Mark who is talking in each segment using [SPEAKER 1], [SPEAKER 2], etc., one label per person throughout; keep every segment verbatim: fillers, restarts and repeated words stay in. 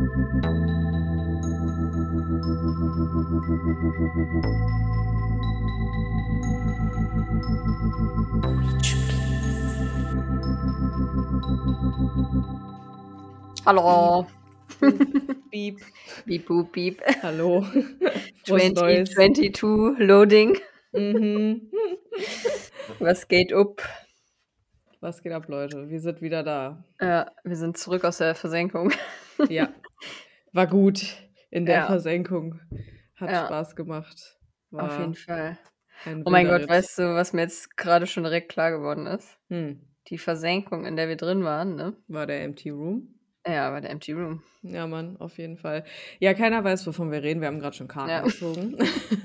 [SPEAKER 1] Hallo.
[SPEAKER 2] Piep, piep.
[SPEAKER 1] Piep, boop, piep.
[SPEAKER 2] Hallo. Frohes
[SPEAKER 1] zwanzig
[SPEAKER 2] Neues.
[SPEAKER 1] zweiundzwanzig Loading.
[SPEAKER 2] Mhm.
[SPEAKER 1] Was geht up?
[SPEAKER 2] Was geht ab, Leute? Wir sind wieder da.
[SPEAKER 1] Ja, wir sind zurück aus der Versenkung.
[SPEAKER 2] Ja, war gut in der
[SPEAKER 1] Ja.
[SPEAKER 2] Versenkung. Hat
[SPEAKER 1] Ja.
[SPEAKER 2] Spaß gemacht.
[SPEAKER 1] Auf
[SPEAKER 2] War
[SPEAKER 1] jeden Fall.
[SPEAKER 2] ein
[SPEAKER 1] Oh mein
[SPEAKER 2] wilder
[SPEAKER 1] Gott,
[SPEAKER 2] Ritt.
[SPEAKER 1] weißt du, was mir jetzt gerade schon direkt klar geworden ist?
[SPEAKER 2] Hm.
[SPEAKER 1] Die Versenkung, in der wir drin waren, ne?
[SPEAKER 2] War der Empty Room?
[SPEAKER 1] Ja, war der Empty Room.
[SPEAKER 2] Ja, Mann, auf jeden Fall. Ja, keiner weiß, wovon wir reden. Wir haben gerade schon Karten
[SPEAKER 1] Ja.
[SPEAKER 2] gezogen.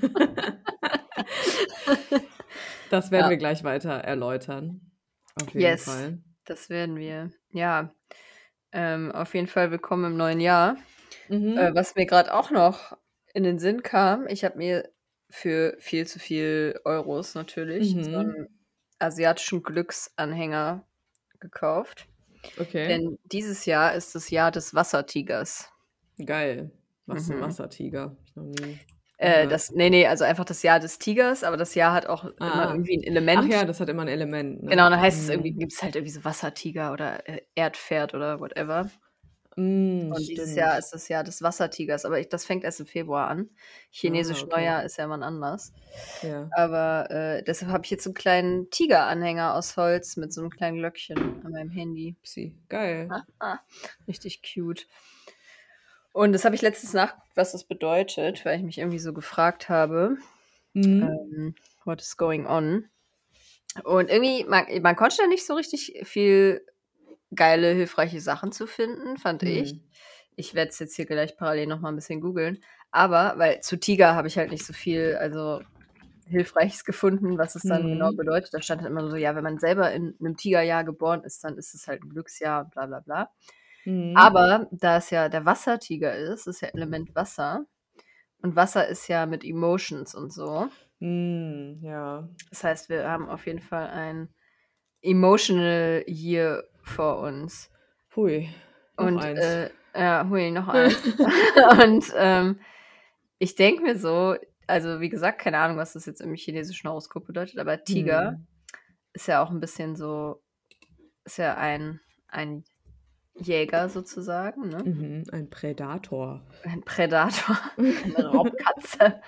[SPEAKER 2] Das werden
[SPEAKER 1] Ja.
[SPEAKER 2] wir gleich weiter erläutern. Auf jeden
[SPEAKER 1] Yes,
[SPEAKER 2] Fall.
[SPEAKER 1] das werden wir. Ja, ähm, auf jeden Fall willkommen im neuen Jahr.
[SPEAKER 2] Mhm.
[SPEAKER 1] Äh, was mir gerade auch noch in den Sinn kam, ich habe mir für viel zu viel Euros natürlich so
[SPEAKER 2] Mhm.
[SPEAKER 1] einen asiatischen Glücksanhänger gekauft.
[SPEAKER 2] Okay.
[SPEAKER 1] Denn dieses Jahr ist das Jahr des Wassertigers.
[SPEAKER 2] Geil. Was ist ein
[SPEAKER 1] Mhm.
[SPEAKER 2] Wassertiger? Hab ich noch nie
[SPEAKER 1] Äh,
[SPEAKER 2] gehört.
[SPEAKER 1] das, nee, nee, also einfach das Jahr des Tigers, aber das Jahr hat auch immer
[SPEAKER 2] Ah.
[SPEAKER 1] irgendwie ein Element.
[SPEAKER 2] Ach ja, das hat immer ein Element, ne?
[SPEAKER 1] Genau, und dann heißt es
[SPEAKER 2] Mhm.
[SPEAKER 1] irgendwie, gibt es halt irgendwie so Wassertiger oder äh, Erdpferd oder whatever.
[SPEAKER 2] Mm,
[SPEAKER 1] Und dieses
[SPEAKER 2] stimmt.
[SPEAKER 1] Jahr ist das Jahr des Wassertigers, aber ich, das fängt erst im Februar an. Chinesisch
[SPEAKER 2] Ah, okay.
[SPEAKER 1] Neujahr ist ja mal anders.
[SPEAKER 2] Ja.
[SPEAKER 1] Aber äh, deshalb habe ich jetzt so einen kleinen Tigeranhänger aus Holz mit so einem kleinen Glöckchen an meinem Handy.
[SPEAKER 2] Psi. Geil.
[SPEAKER 1] Ah, ah, richtig cute. Und das habe ich letztens nachgeguckt, was das bedeutet, weil ich mich irgendwie so gefragt habe,
[SPEAKER 2] Mhm.
[SPEAKER 1] ähm, what is going on? Und irgendwie, man, man konnte da nicht so richtig viel geile, hilfreiche Sachen zu finden, fand ich.
[SPEAKER 2] Hm.
[SPEAKER 1] Ich werde es jetzt hier gleich parallel noch mal ein bisschen googeln. Aber, weil zu Tiger habe ich halt nicht so viel, also Hilfreiches gefunden, was es dann
[SPEAKER 2] Mhm.
[SPEAKER 1] genau bedeutet. Da stand halt immer so, ja, wenn man selber in einem Tigerjahr geboren ist, dann ist es halt ein Glücksjahr und bla bla bla.
[SPEAKER 2] Mhm.
[SPEAKER 1] Aber da es ja der Wassertiger ist, ist ja Element Wasser. Und Wasser ist ja mit Emotions und so.
[SPEAKER 2] Mm, ja.
[SPEAKER 1] Das heißt, wir haben auf jeden Fall ein Emotional Year vor uns.
[SPEAKER 2] Hui. Noch
[SPEAKER 1] Und
[SPEAKER 2] eins.
[SPEAKER 1] äh, ja, hui, noch eins. Und ähm, ich denke mir so, also wie gesagt, keine Ahnung, was das jetzt im chinesischen Horoskop bedeutet, aber Tiger
[SPEAKER 2] Hm.
[SPEAKER 1] ist ja auch ein bisschen so, ist ja ein, ein Jäger sozusagen, ne?
[SPEAKER 2] Mhm. Ein Prädator.
[SPEAKER 1] Ein Prädator, eine Raubkatze.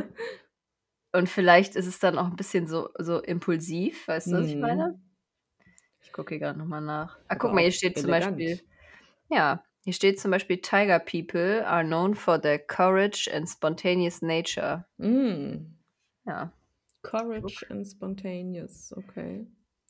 [SPEAKER 1] Und vielleicht ist es dann auch ein bisschen so, so impulsiv, weißt du, was ich meine?
[SPEAKER 2] Hm.
[SPEAKER 1] Ich gucke hier gerade nochmal nach. Ah,
[SPEAKER 2] Aber
[SPEAKER 1] guck mal, hier
[SPEAKER 2] auch
[SPEAKER 1] steht zum
[SPEAKER 2] elegant.
[SPEAKER 1] Beispiel, ja, hier steht zum Beispiel, Tiger people are known for their courage and spontaneous nature.
[SPEAKER 2] Mm.
[SPEAKER 1] Ja.
[SPEAKER 2] Courage and spontaneous, okay.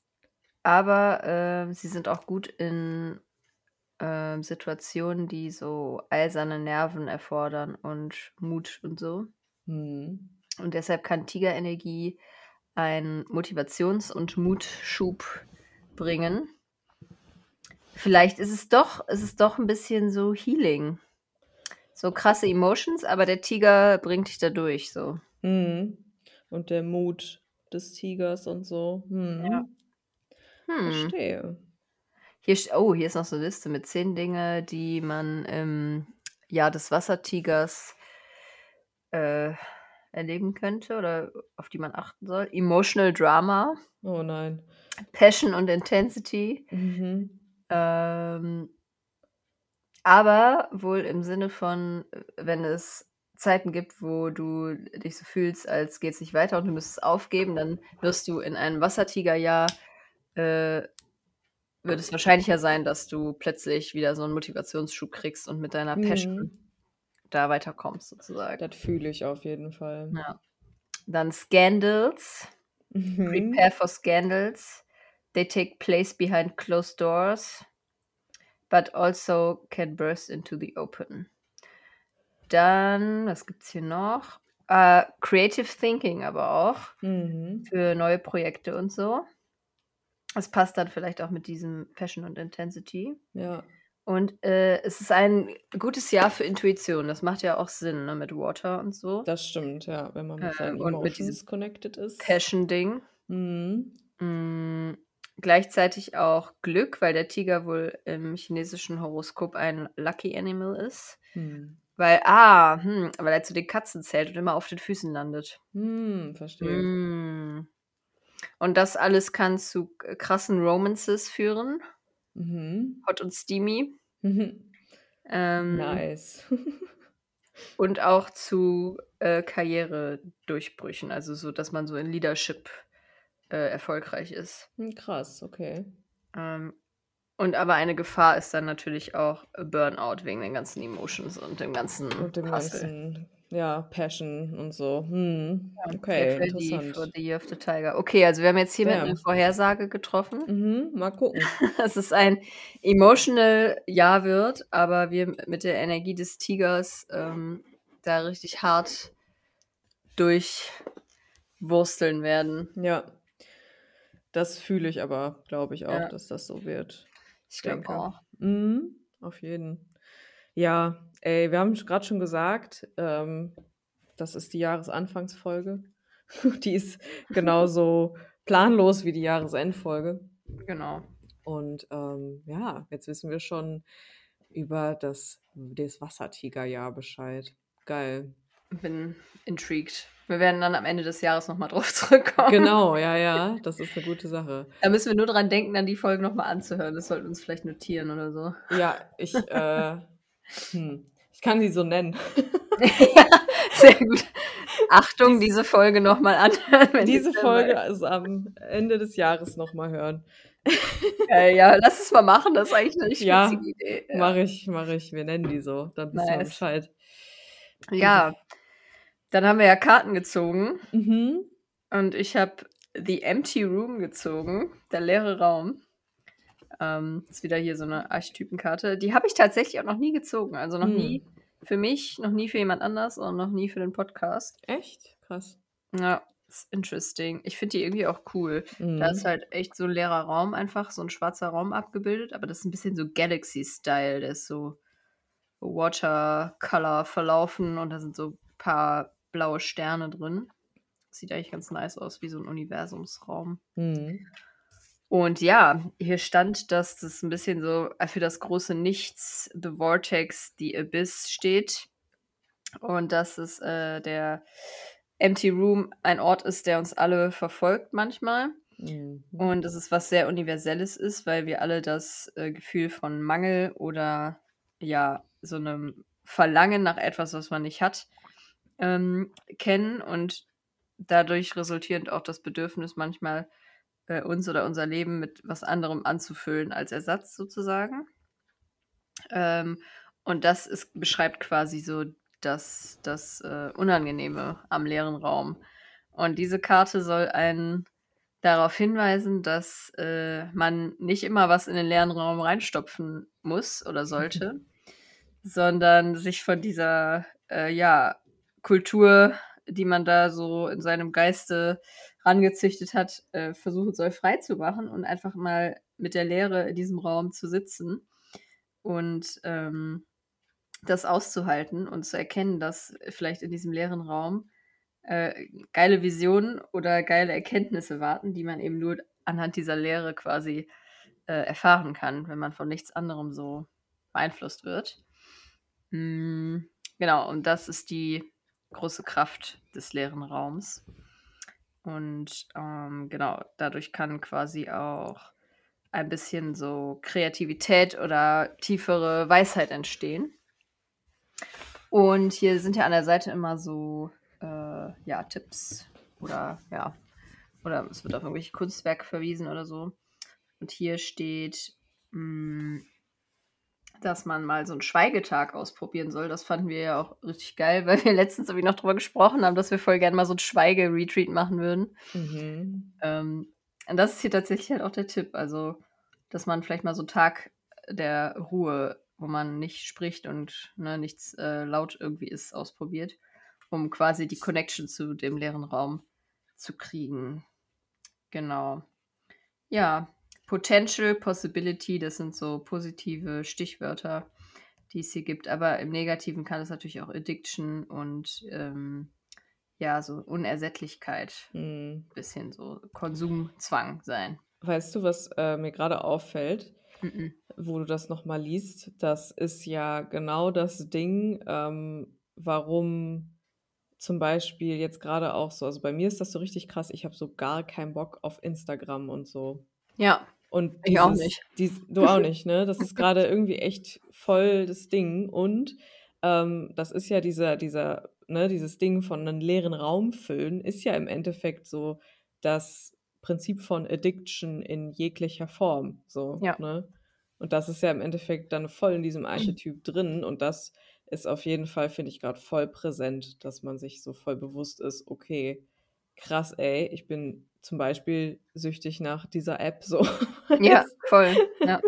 [SPEAKER 1] Aber ähm, sie sind auch gut in ähm, Situationen, die so eiserne Nerven erfordern und Mut und so.
[SPEAKER 2] Hm.
[SPEAKER 1] Und deshalb kann Tigerenergie einen Motivations- und Mutschub bringen. Vielleicht ist es doch, ist es doch ein bisschen so Healing. So krasse Emotions, aber der Tiger bringt dich da durch, so.
[SPEAKER 2] Hm. Und der Mut des Tigers und so. Hm.
[SPEAKER 1] Ja. Hm.
[SPEAKER 2] Verstehe.
[SPEAKER 1] Hier, st- oh, hier ist noch so eine Liste mit zehn Dinge, die man im Jahr des Wassertigers äh, erleben könnte oder auf die man achten soll. Emotional Drama,
[SPEAKER 2] Oh nein.
[SPEAKER 1] Passion und Intensity.
[SPEAKER 2] Mhm.
[SPEAKER 1] Ähm, aber wohl im Sinne von, äh, wenn es Zeiten gibt, wo du dich so fühlst, als geht es nicht weiter und du müsstest aufgeben, dann wirst du in einem Wassertigerjahr, äh, wird es wahrscheinlicher sein, dass du plötzlich wieder so einen Motivationsschub kriegst und mit deiner Passion
[SPEAKER 2] Mhm.
[SPEAKER 1] da weiterkommst, sozusagen.
[SPEAKER 2] Das fühle ich auf jeden Fall.
[SPEAKER 1] Ja. Dann Scandals.
[SPEAKER 2] Mhm.
[SPEAKER 1] Prepare for scandals. They take place behind closed doors, but also can burst into the open. Dann, was gibt's hier noch? Äh, Creative Thinking aber auch
[SPEAKER 2] Mhm.
[SPEAKER 1] für neue Projekte und so. Das passt dann vielleicht auch mit diesem Passion und Intensity.
[SPEAKER 2] Ja.
[SPEAKER 1] Und äh, es ist ein gutes Jahr für Intuition. Das macht ja auch Sinn, ne, mit Water und so.
[SPEAKER 2] Das stimmt, ja, wenn man mit seinen
[SPEAKER 1] Ähm, und mit diesem
[SPEAKER 2] Emotions connected ist.
[SPEAKER 1] Passion-Ding.
[SPEAKER 2] Mhm.
[SPEAKER 1] Mm, gleichzeitig auch Glück, weil der Tiger wohl im chinesischen Horoskop ein Lucky Animal ist.
[SPEAKER 2] Mhm.
[SPEAKER 1] Weil ah, hm, weil er zu den Katzen zählt und immer auf den Füßen landet.
[SPEAKER 2] Hm, verstehe.
[SPEAKER 1] Hm. Und das alles kann zu k krassen Romances führen.
[SPEAKER 2] Mhm.
[SPEAKER 1] Hot und steamy.
[SPEAKER 2] Mhm.
[SPEAKER 1] Ähm
[SPEAKER 2] Nice.
[SPEAKER 1] und auch zu, äh, Karrieredurchbrüchen, also so, dass man so in Leadership, äh, erfolgreich ist.
[SPEAKER 2] Hm, krass, okay.
[SPEAKER 1] Ähm, und aber eine Gefahr ist dann natürlich auch Burnout wegen den ganzen Emotions und dem ganzen
[SPEAKER 2] Und dem
[SPEAKER 1] Hustle.
[SPEAKER 2] ganzen, ja, Passion und so. Mhm.
[SPEAKER 1] Ja, get
[SPEAKER 2] Okay,
[SPEAKER 1] ready for
[SPEAKER 2] interessant.
[SPEAKER 1] the Year of the Tiger. Okay, also wir haben jetzt hiermit 'ne
[SPEAKER 2] Damn.
[SPEAKER 1] Vorhersage getroffen,
[SPEAKER 2] Mhm, mal gucken.
[SPEAKER 1] dass es ein emotional Jahr wird, aber wir m mit der Energie des Tigers, ähm, da richtig hart durchwursteln werden.
[SPEAKER 2] Ja. Das fühle ich aber, glaube ich auch,
[SPEAKER 1] Ja.
[SPEAKER 2] dass das so wird.
[SPEAKER 1] Ich glaube
[SPEAKER 2] Denke.
[SPEAKER 1] auch.
[SPEAKER 2] Mhm, auf jeden. Ja, ey, wir haben sch grad schon gesagt, ähm, das ist die Jahresanfangsfolge. Die ist genauso planlos wie die Jahresendfolge.
[SPEAKER 1] Genau.
[SPEAKER 2] Und, ähm, ja, jetzt wissen wir schon über das das Wassertigerjahr Bescheid. Geil.
[SPEAKER 1] Bin intrigued. Wir werden dann am Ende des Jahres noch mal drauf zurückkommen.
[SPEAKER 2] Genau, ja, ja, das ist 'ne gute Sache.
[SPEAKER 1] Da müssen wir nur dran denken, dann die Folge noch mal anzuhören. Das sollten wir uns vielleicht notieren oder so.
[SPEAKER 2] Ja, ich, äh hm, ich kann sie so nennen.
[SPEAKER 1] Ja, sehr gut. Achtung,
[SPEAKER 2] Dies
[SPEAKER 1] diese Folge noch mal anhören, wenn ihr
[SPEAKER 2] diese Folge, also, am Ende des Jahres noch mal hören.
[SPEAKER 1] Äh, ja, lass es mal machen, das ist eigentlich 'ne richtig witzige
[SPEAKER 2] Ja,
[SPEAKER 1] Idee, ja.
[SPEAKER 2] mache ich, mache ich. Wir nennen die so, dann wissen wir
[SPEAKER 1] Nice.
[SPEAKER 2] Bescheid. Diese
[SPEAKER 1] Ja,
[SPEAKER 2] F
[SPEAKER 1] dann haben wir ja Karten gezogen
[SPEAKER 2] Mhm.
[SPEAKER 1] und ich habe The Empty Room gezogen, der leere Raum. Ähm, ist wieder hier so 'ne Archetypenkarte. Die habe ich tatsächlich auch noch nie gezogen, also noch
[SPEAKER 2] Hm.
[SPEAKER 1] nie für mich, noch nie für jemand anders und noch nie für den Podcast.
[SPEAKER 2] Echt? Krass.
[SPEAKER 1] Ja, ist interesting. Ich finde die irgendwie auch cool. Da ist
[SPEAKER 2] Mhm.
[SPEAKER 1] halt echt so 'n leerer Raum einfach, so 'n schwarzer Raum abgebildet, aber das ist 'n bisschen so Galaxy-Style. Der ist so Watercolor verlaufen und da sind so paar blaue Sterne drin. Sieht eigentlich ganz nice aus, wie so 'n Universumsraum.
[SPEAKER 2] Mhm.
[SPEAKER 1] Und ja, hier stand, dass das 'n bisschen so, äh, für das große Nichts, the Vortex, the Abyss steht und dass es, äh, der Empty Room ein Ort ist, der uns alle verfolgt manchmal
[SPEAKER 2] Mhm.
[SPEAKER 1] und dass es was sehr Universelles ist, weil wir alle das, äh, Gefühl von Mangel oder, ja, so 'nem Verlangen nach etwas, was man nicht hat, ähm, kennen und dadurch resultierend auch das Bedürfnis manchmal, äh, uns oder unser Leben mit was anderem anzufüllen als Ersatz sozusagen. Ähm, und das ist beschreibt quasi so das das, äh, Unangenehme am leeren Raum. Und diese Karte soll einen darauf hinweisen, dass, äh, man nicht immer was in den leeren Raum reinstopfen muss oder sollte, sondern sich von dieser, äh, ja, Kultur, die man da so in seinem Geiste rangezüchtet hat, äh, versuchen soll, freizumachen und einfach mal mit der Leere in diesem Raum zu sitzen und, ähm, das auszuhalten und zu erkennen, dass vielleicht in diesem leeren Raum, äh, geile Visionen oder geile Erkenntnisse warten, die man eben nur anhand dieser Leere quasi, äh, erfahren kann, wenn man von nichts anderem so beeinflusst wird. Hm, genau, und das ist die große Kraft des leeren Raums. Und, ähm, genau, dadurch kann quasi auch ein bisschen so Kreativität oder tiefere Weisheit entstehen. Und hier sind ja an der Seite immer so, äh, ja, Tipps oder ja oder es wird auf irgendwelche Kunstwerke verwiesen oder so. Und hier steht, hm dass man mal so 'n Schweigetag ausprobieren soll. Das fanden wir ja auch richtig geil, weil wir letztens irgendwie noch drüber gesprochen haben, dass wir voll gern mal so 'n Schweige-Retreat machen würden.
[SPEAKER 2] Mhm.
[SPEAKER 1] Ähm, und das ist hier tatsächlich halt auch der Tipp, also, dass man vielleicht mal so 'n Tag der Ruhe, wo man nicht spricht und, ne, nichts, äh, laut irgendwie ist, ausprobiert, um quasi die Connection zu dem leeren Raum zu kriegen. Genau. Ja, Potential, Possibility, das sind so positive Stichwörter, die es hier gibt, aber im Negativen kann es natürlich auch Addiction und, ähm, ja, so Unersättlichkeit,
[SPEAKER 2] Mhm.
[SPEAKER 1] bisschen so Konsumzwang sein.
[SPEAKER 2] weißt du, was, äh, mir grade auffällt,
[SPEAKER 1] Mm-mm.
[SPEAKER 2] wo du das noch mal liest? Das ist ja genau das Ding, ähm, warum zum Beispiel jetzt grade auch so also, bei mir ist das so richtig krass, ich habe so gar keinen Bock auf Instagram und so.
[SPEAKER 1] Ja,
[SPEAKER 2] Und
[SPEAKER 1] ich auch
[SPEAKER 2] dieses
[SPEAKER 1] nicht.
[SPEAKER 2] dies du auch nicht, ne? Das ist grade irgendwie echt voll das Ding und, ähm, das ist ja dieser dieser ne, dieses Ding von 'nen leeren Raum füllen ist ja im Endeffekt so das Prinzip von Addiction in jeglicher Form so,
[SPEAKER 1] Ja.
[SPEAKER 2] ne? Und das ist ja im Endeffekt dann voll in diesem Archetyp drin und das ist auf jeden Fall, finde ich, grad voll präsent, dass man sich so voll bewusst ist: „Okay, krass, ey, ich bin zum Beispiel süchtig nach dieser App“, so,
[SPEAKER 1] Ja,
[SPEAKER 2] weißt
[SPEAKER 1] voll, ja.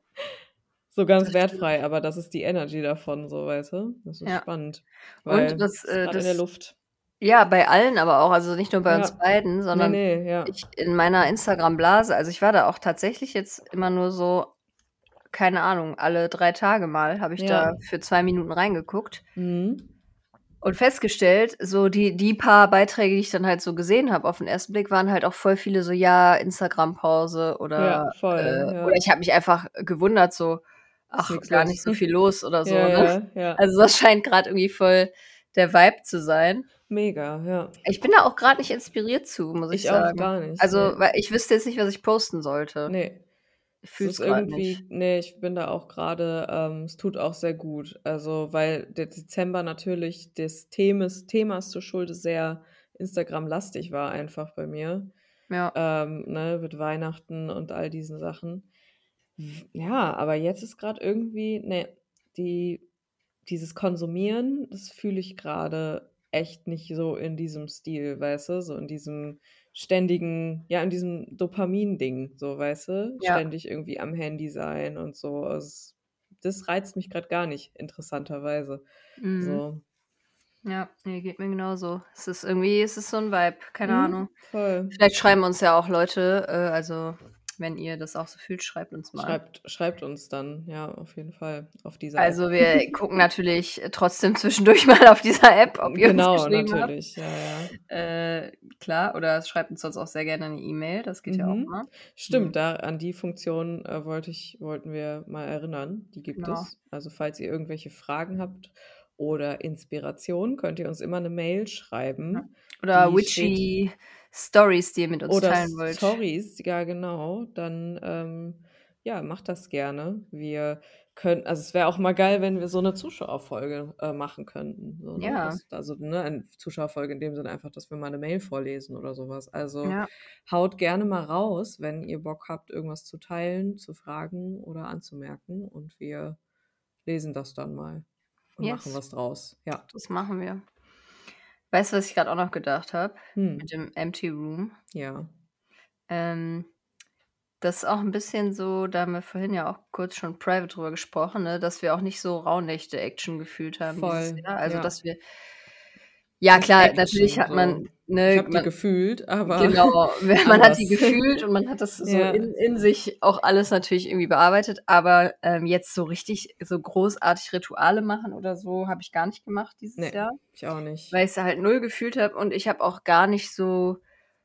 [SPEAKER 2] So ganz
[SPEAKER 1] Das stimmt.
[SPEAKER 2] wertfrei, aber das ist die Energy davon so, weißt du? Das ist
[SPEAKER 1] Ja.
[SPEAKER 2] spannend,
[SPEAKER 1] Und
[SPEAKER 2] weil
[SPEAKER 1] was,
[SPEAKER 2] ist
[SPEAKER 1] äh,
[SPEAKER 2] grad in der
[SPEAKER 1] das
[SPEAKER 2] Luft.
[SPEAKER 1] ja, bei allen aber auch, also, nicht nur bei uns
[SPEAKER 2] Ja.
[SPEAKER 1] beiden,
[SPEAKER 2] Ne,
[SPEAKER 1] sondern
[SPEAKER 2] ne, ja.
[SPEAKER 1] ich in meiner Instagram-Blase also, ich war da auch tatsächlich jetzt immer nur so, keine Ahnung, alle drei Tage mal habe ich
[SPEAKER 2] Ja.
[SPEAKER 1] da für zwei Minuten reingeguckt
[SPEAKER 2] Mhm.
[SPEAKER 1] und festgestellt, so die die paar Beiträge, die ich dann halt so gesehen habe auf 'n ersten Blick, waren halt auch voll viele so: „Ja, Instagram-Pause“
[SPEAKER 2] Ja,
[SPEAKER 1] oder
[SPEAKER 2] voll,
[SPEAKER 1] äh, oder
[SPEAKER 2] ja.
[SPEAKER 1] ich habe mich einfach gewundert so:
[SPEAKER 2] Ist
[SPEAKER 1] „Ach,
[SPEAKER 2] nix
[SPEAKER 1] gar
[SPEAKER 2] los.
[SPEAKER 1] nicht so viel los“ oder
[SPEAKER 2] Ja,
[SPEAKER 1] so, ne?
[SPEAKER 2] ja, ja.
[SPEAKER 1] Also, das scheint grad irgendwie voll der Vibe zu sein.
[SPEAKER 2] Mega, ja.
[SPEAKER 1] Ich bin da auch grad nicht inspiriert zu, muss ich
[SPEAKER 2] Ich auch
[SPEAKER 1] sagen.
[SPEAKER 2] gar nicht,
[SPEAKER 1] Also,
[SPEAKER 2] ne.
[SPEAKER 1] weil ich wüsste jetzt nicht, was ich posten sollte.
[SPEAKER 2] Ne.
[SPEAKER 1] Ich
[SPEAKER 2] Es
[SPEAKER 1] fühle es
[SPEAKER 2] ist
[SPEAKER 1] grad nicht.
[SPEAKER 2] irgendwie ne, ich bin da auch grade ähm, es tut auch sehr gut. Also, weil der Dezember natürlich des Themes Themas zur Schulde sehr Instagram-lastig war einfach bei mir,
[SPEAKER 1] Ja.
[SPEAKER 2] ähm, ne, mit Weihnachten und all diesen Sachen. W ja, aber jetzt ist grad irgendwie ne, die dieses Konsumieren, das fühle ich grade echt nicht so in diesem Stil, weißt du, so in diesem ständigen ja, in diesem Dopamin-Ding, so, weißt du?
[SPEAKER 1] Ja.
[SPEAKER 2] Ständig irgendwie am Handy sein und so. Es das reizt mich grad gar nicht, interessanterweise,
[SPEAKER 1] Mhm.
[SPEAKER 2] so.
[SPEAKER 1] Ja, ne, geht mir genauso. Es ist irgendwie es ist so 'n Vibe, keine
[SPEAKER 2] Mhm,
[SPEAKER 1] Ahnung.
[SPEAKER 2] voll.
[SPEAKER 1] Vielleicht schreiben uns ja auch Leute, äh, also, wenn ihr das auch so fühlt, schreibt uns mal.
[SPEAKER 2] Schreibt schreibt uns dann, ja, auf jeden Fall auf dieser App.
[SPEAKER 1] Also, wir gucken natürlich trotzdem zwischendurch mal auf dieser App, ob ihr uns
[SPEAKER 2] Genau,
[SPEAKER 1] geschrieben habt.
[SPEAKER 2] natürlich, ja, ja.
[SPEAKER 1] Äh, klar, oder schreibt uns sonst auch sehr gerne 'ne E-Mail, das geht ja auch
[SPEAKER 2] Mhm.
[SPEAKER 1] immer. Mhm.
[SPEAKER 2] Stimmt, da an die Funktion, äh, wollte ich wollten wir mal erinnern. Die gibt
[SPEAKER 1] Genau.
[SPEAKER 2] es. Also, falls ihr irgendwelche Fragen habt oder Inspiration, könnt ihr uns immer 'ne Mail
[SPEAKER 1] Ja.
[SPEAKER 2] schreiben.
[SPEAKER 1] Oder
[SPEAKER 2] Die steht
[SPEAKER 1] witchy Stories, die ihr mit uns
[SPEAKER 2] Oder
[SPEAKER 1] teilen
[SPEAKER 2] S
[SPEAKER 1] wollt.
[SPEAKER 2] Storys, ja genau, dann, ähm, ja, macht das gerne. Wir können also, es wäre auch mal geil, wenn wir so 'ne Zuschauerfolge, äh, machen könnten, so, ne?
[SPEAKER 1] Ja.
[SPEAKER 2] Das also, ne, ein Zuschauerfolge in dem Sinne einfach, dass wir mal 'ne Mail vorlesen oder so was. Also,
[SPEAKER 1] Ja.
[SPEAKER 2] haut gerne mal raus, wenn ihr Bock habt, irgendwas zu teilen, zu fragen oder anzumerken und wir lesen das dann mal und machen
[SPEAKER 1] Yes.
[SPEAKER 2] was draus, ja.
[SPEAKER 1] Das machen wir. Weißt du, was ich grad auch noch gedacht habe mit
[SPEAKER 2] Mhm.
[SPEAKER 1] dem Empty Room?
[SPEAKER 2] Ja.
[SPEAKER 1] Ähm, das ist auch 'n bisschen so da haben wir vorhin ja auch kurz schon private drüber gesprochen, ne, dass wir auch nicht so Rauhnächte-Action gefühlt haben dieses
[SPEAKER 2] Voll,
[SPEAKER 1] Jahr. Also,
[SPEAKER 2] ja.
[SPEAKER 1] dass wir ja
[SPEAKER 2] Nicht
[SPEAKER 1] klar, natürlich
[SPEAKER 2] Action
[SPEAKER 1] hat man
[SPEAKER 2] so. Ich
[SPEAKER 1] ne,
[SPEAKER 2] habe die
[SPEAKER 1] man
[SPEAKER 2] gefühlt, aber
[SPEAKER 1] genau, man hat die
[SPEAKER 2] anders.
[SPEAKER 1] gefühlt und man hat das so
[SPEAKER 2] Ja.
[SPEAKER 1] in in sich auch alles natürlich irgendwie bearbeitet, aber, ähm, jetzt so richtig so großartig Rituale machen oder so, habe ich gar nicht gemacht dieses
[SPEAKER 2] Ne,
[SPEAKER 1] Jahr,
[SPEAKER 2] ich auch nicht.
[SPEAKER 1] weil ich's halt null gefühlt habe und ich habe auch gar nicht so,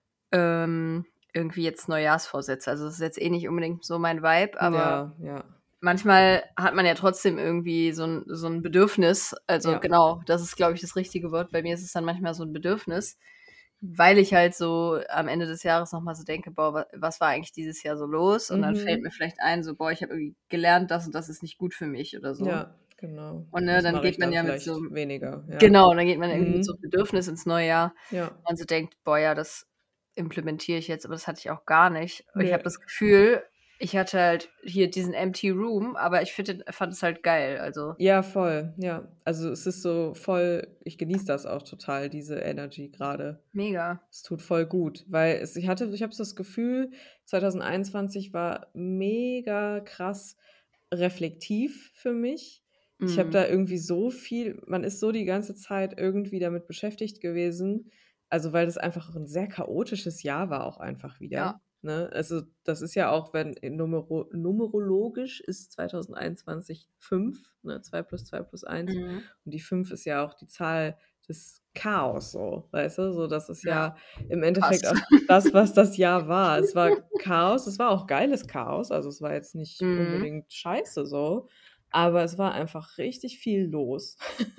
[SPEAKER 1] ähm, irgendwie jetzt Neujahrsvorsätze. Also, das ist jetzt eh nicht unbedingt so mein Vibe, aber
[SPEAKER 2] Ja, ja.
[SPEAKER 1] manchmal hat man ja trotzdem irgendwie so 'n so 'n Bedürfnis. Also,
[SPEAKER 2] Ja.
[SPEAKER 1] genau, das ist, glaube ich, das richtige Wort. Bei mir ist es dann manchmal so 'n Bedürfnis, weil ich halt so am Ende des Jahres noch mal so denke: „Boah, wa was war eigentlich dieses Jahr so los?“ Und dann fällt
[SPEAKER 2] Mhm.
[SPEAKER 1] mir vielleicht ein, so: „Boah, ich habe irgendwie gelernt, das und das ist nicht gut für mich“ oder so.
[SPEAKER 2] Ja, genau.
[SPEAKER 1] Und, ne,
[SPEAKER 2] Das
[SPEAKER 1] dann
[SPEAKER 2] mache
[SPEAKER 1] geht
[SPEAKER 2] ich
[SPEAKER 1] man
[SPEAKER 2] dann
[SPEAKER 1] ja mit so
[SPEAKER 2] vielleicht
[SPEAKER 1] 'm
[SPEAKER 2] weniger, ja.
[SPEAKER 1] genau, dann geht man irgendwie mit so 'nem
[SPEAKER 2] Mhm.
[SPEAKER 1] Bedürfnis ins neue Jahr
[SPEAKER 2] Ja.
[SPEAKER 1] und so denkt: „Boah, ja, das implementiere ich jetzt“, aber das hatte ich auch gar nicht. Ich habe
[SPEAKER 2] Ne.
[SPEAKER 1] das Gefühl, ich hatte halt hier diesen Empty Room, aber ich finde den fand es halt geil, also
[SPEAKER 2] Ja, voll, ja. Also, es ist so voll ich genieße das auch total, diese Energy grade.
[SPEAKER 1] Mega.
[SPEAKER 2] Es tut voll gut, weil es ich hatte ich habe so das Gefühl, zwanzig einundzwanzig war mega krass reflektiv für mich. Ich habe
[SPEAKER 1] Mhm.
[SPEAKER 2] da irgendwie so viel man ist so die ganze Zeit irgendwie damit beschäftigt gewesen, also, weil das einfach 'n sehr chaotisches Jahr war auch einfach
[SPEAKER 1] Ja.
[SPEAKER 2] wieder, ne? Also, das ist ja auch, wenn in numero numerologisch ist zwanzig einundzwanzig fünf, ne, zwei plus zwei plus eins
[SPEAKER 1] Mhm.
[SPEAKER 2] und die fünf ist ja auch die Zahl das Chaos so, weißt du? So, das ist
[SPEAKER 1] Ja,
[SPEAKER 2] ja im
[SPEAKER 1] krass.
[SPEAKER 2] Endeffekt auch das, was das Jahr war. Es war Chaos, es war auch geiles Chaos, also es war jetzt nicht
[SPEAKER 1] Mhm.
[SPEAKER 2] unbedingt scheiße so, aber es war einfach richtig viel los.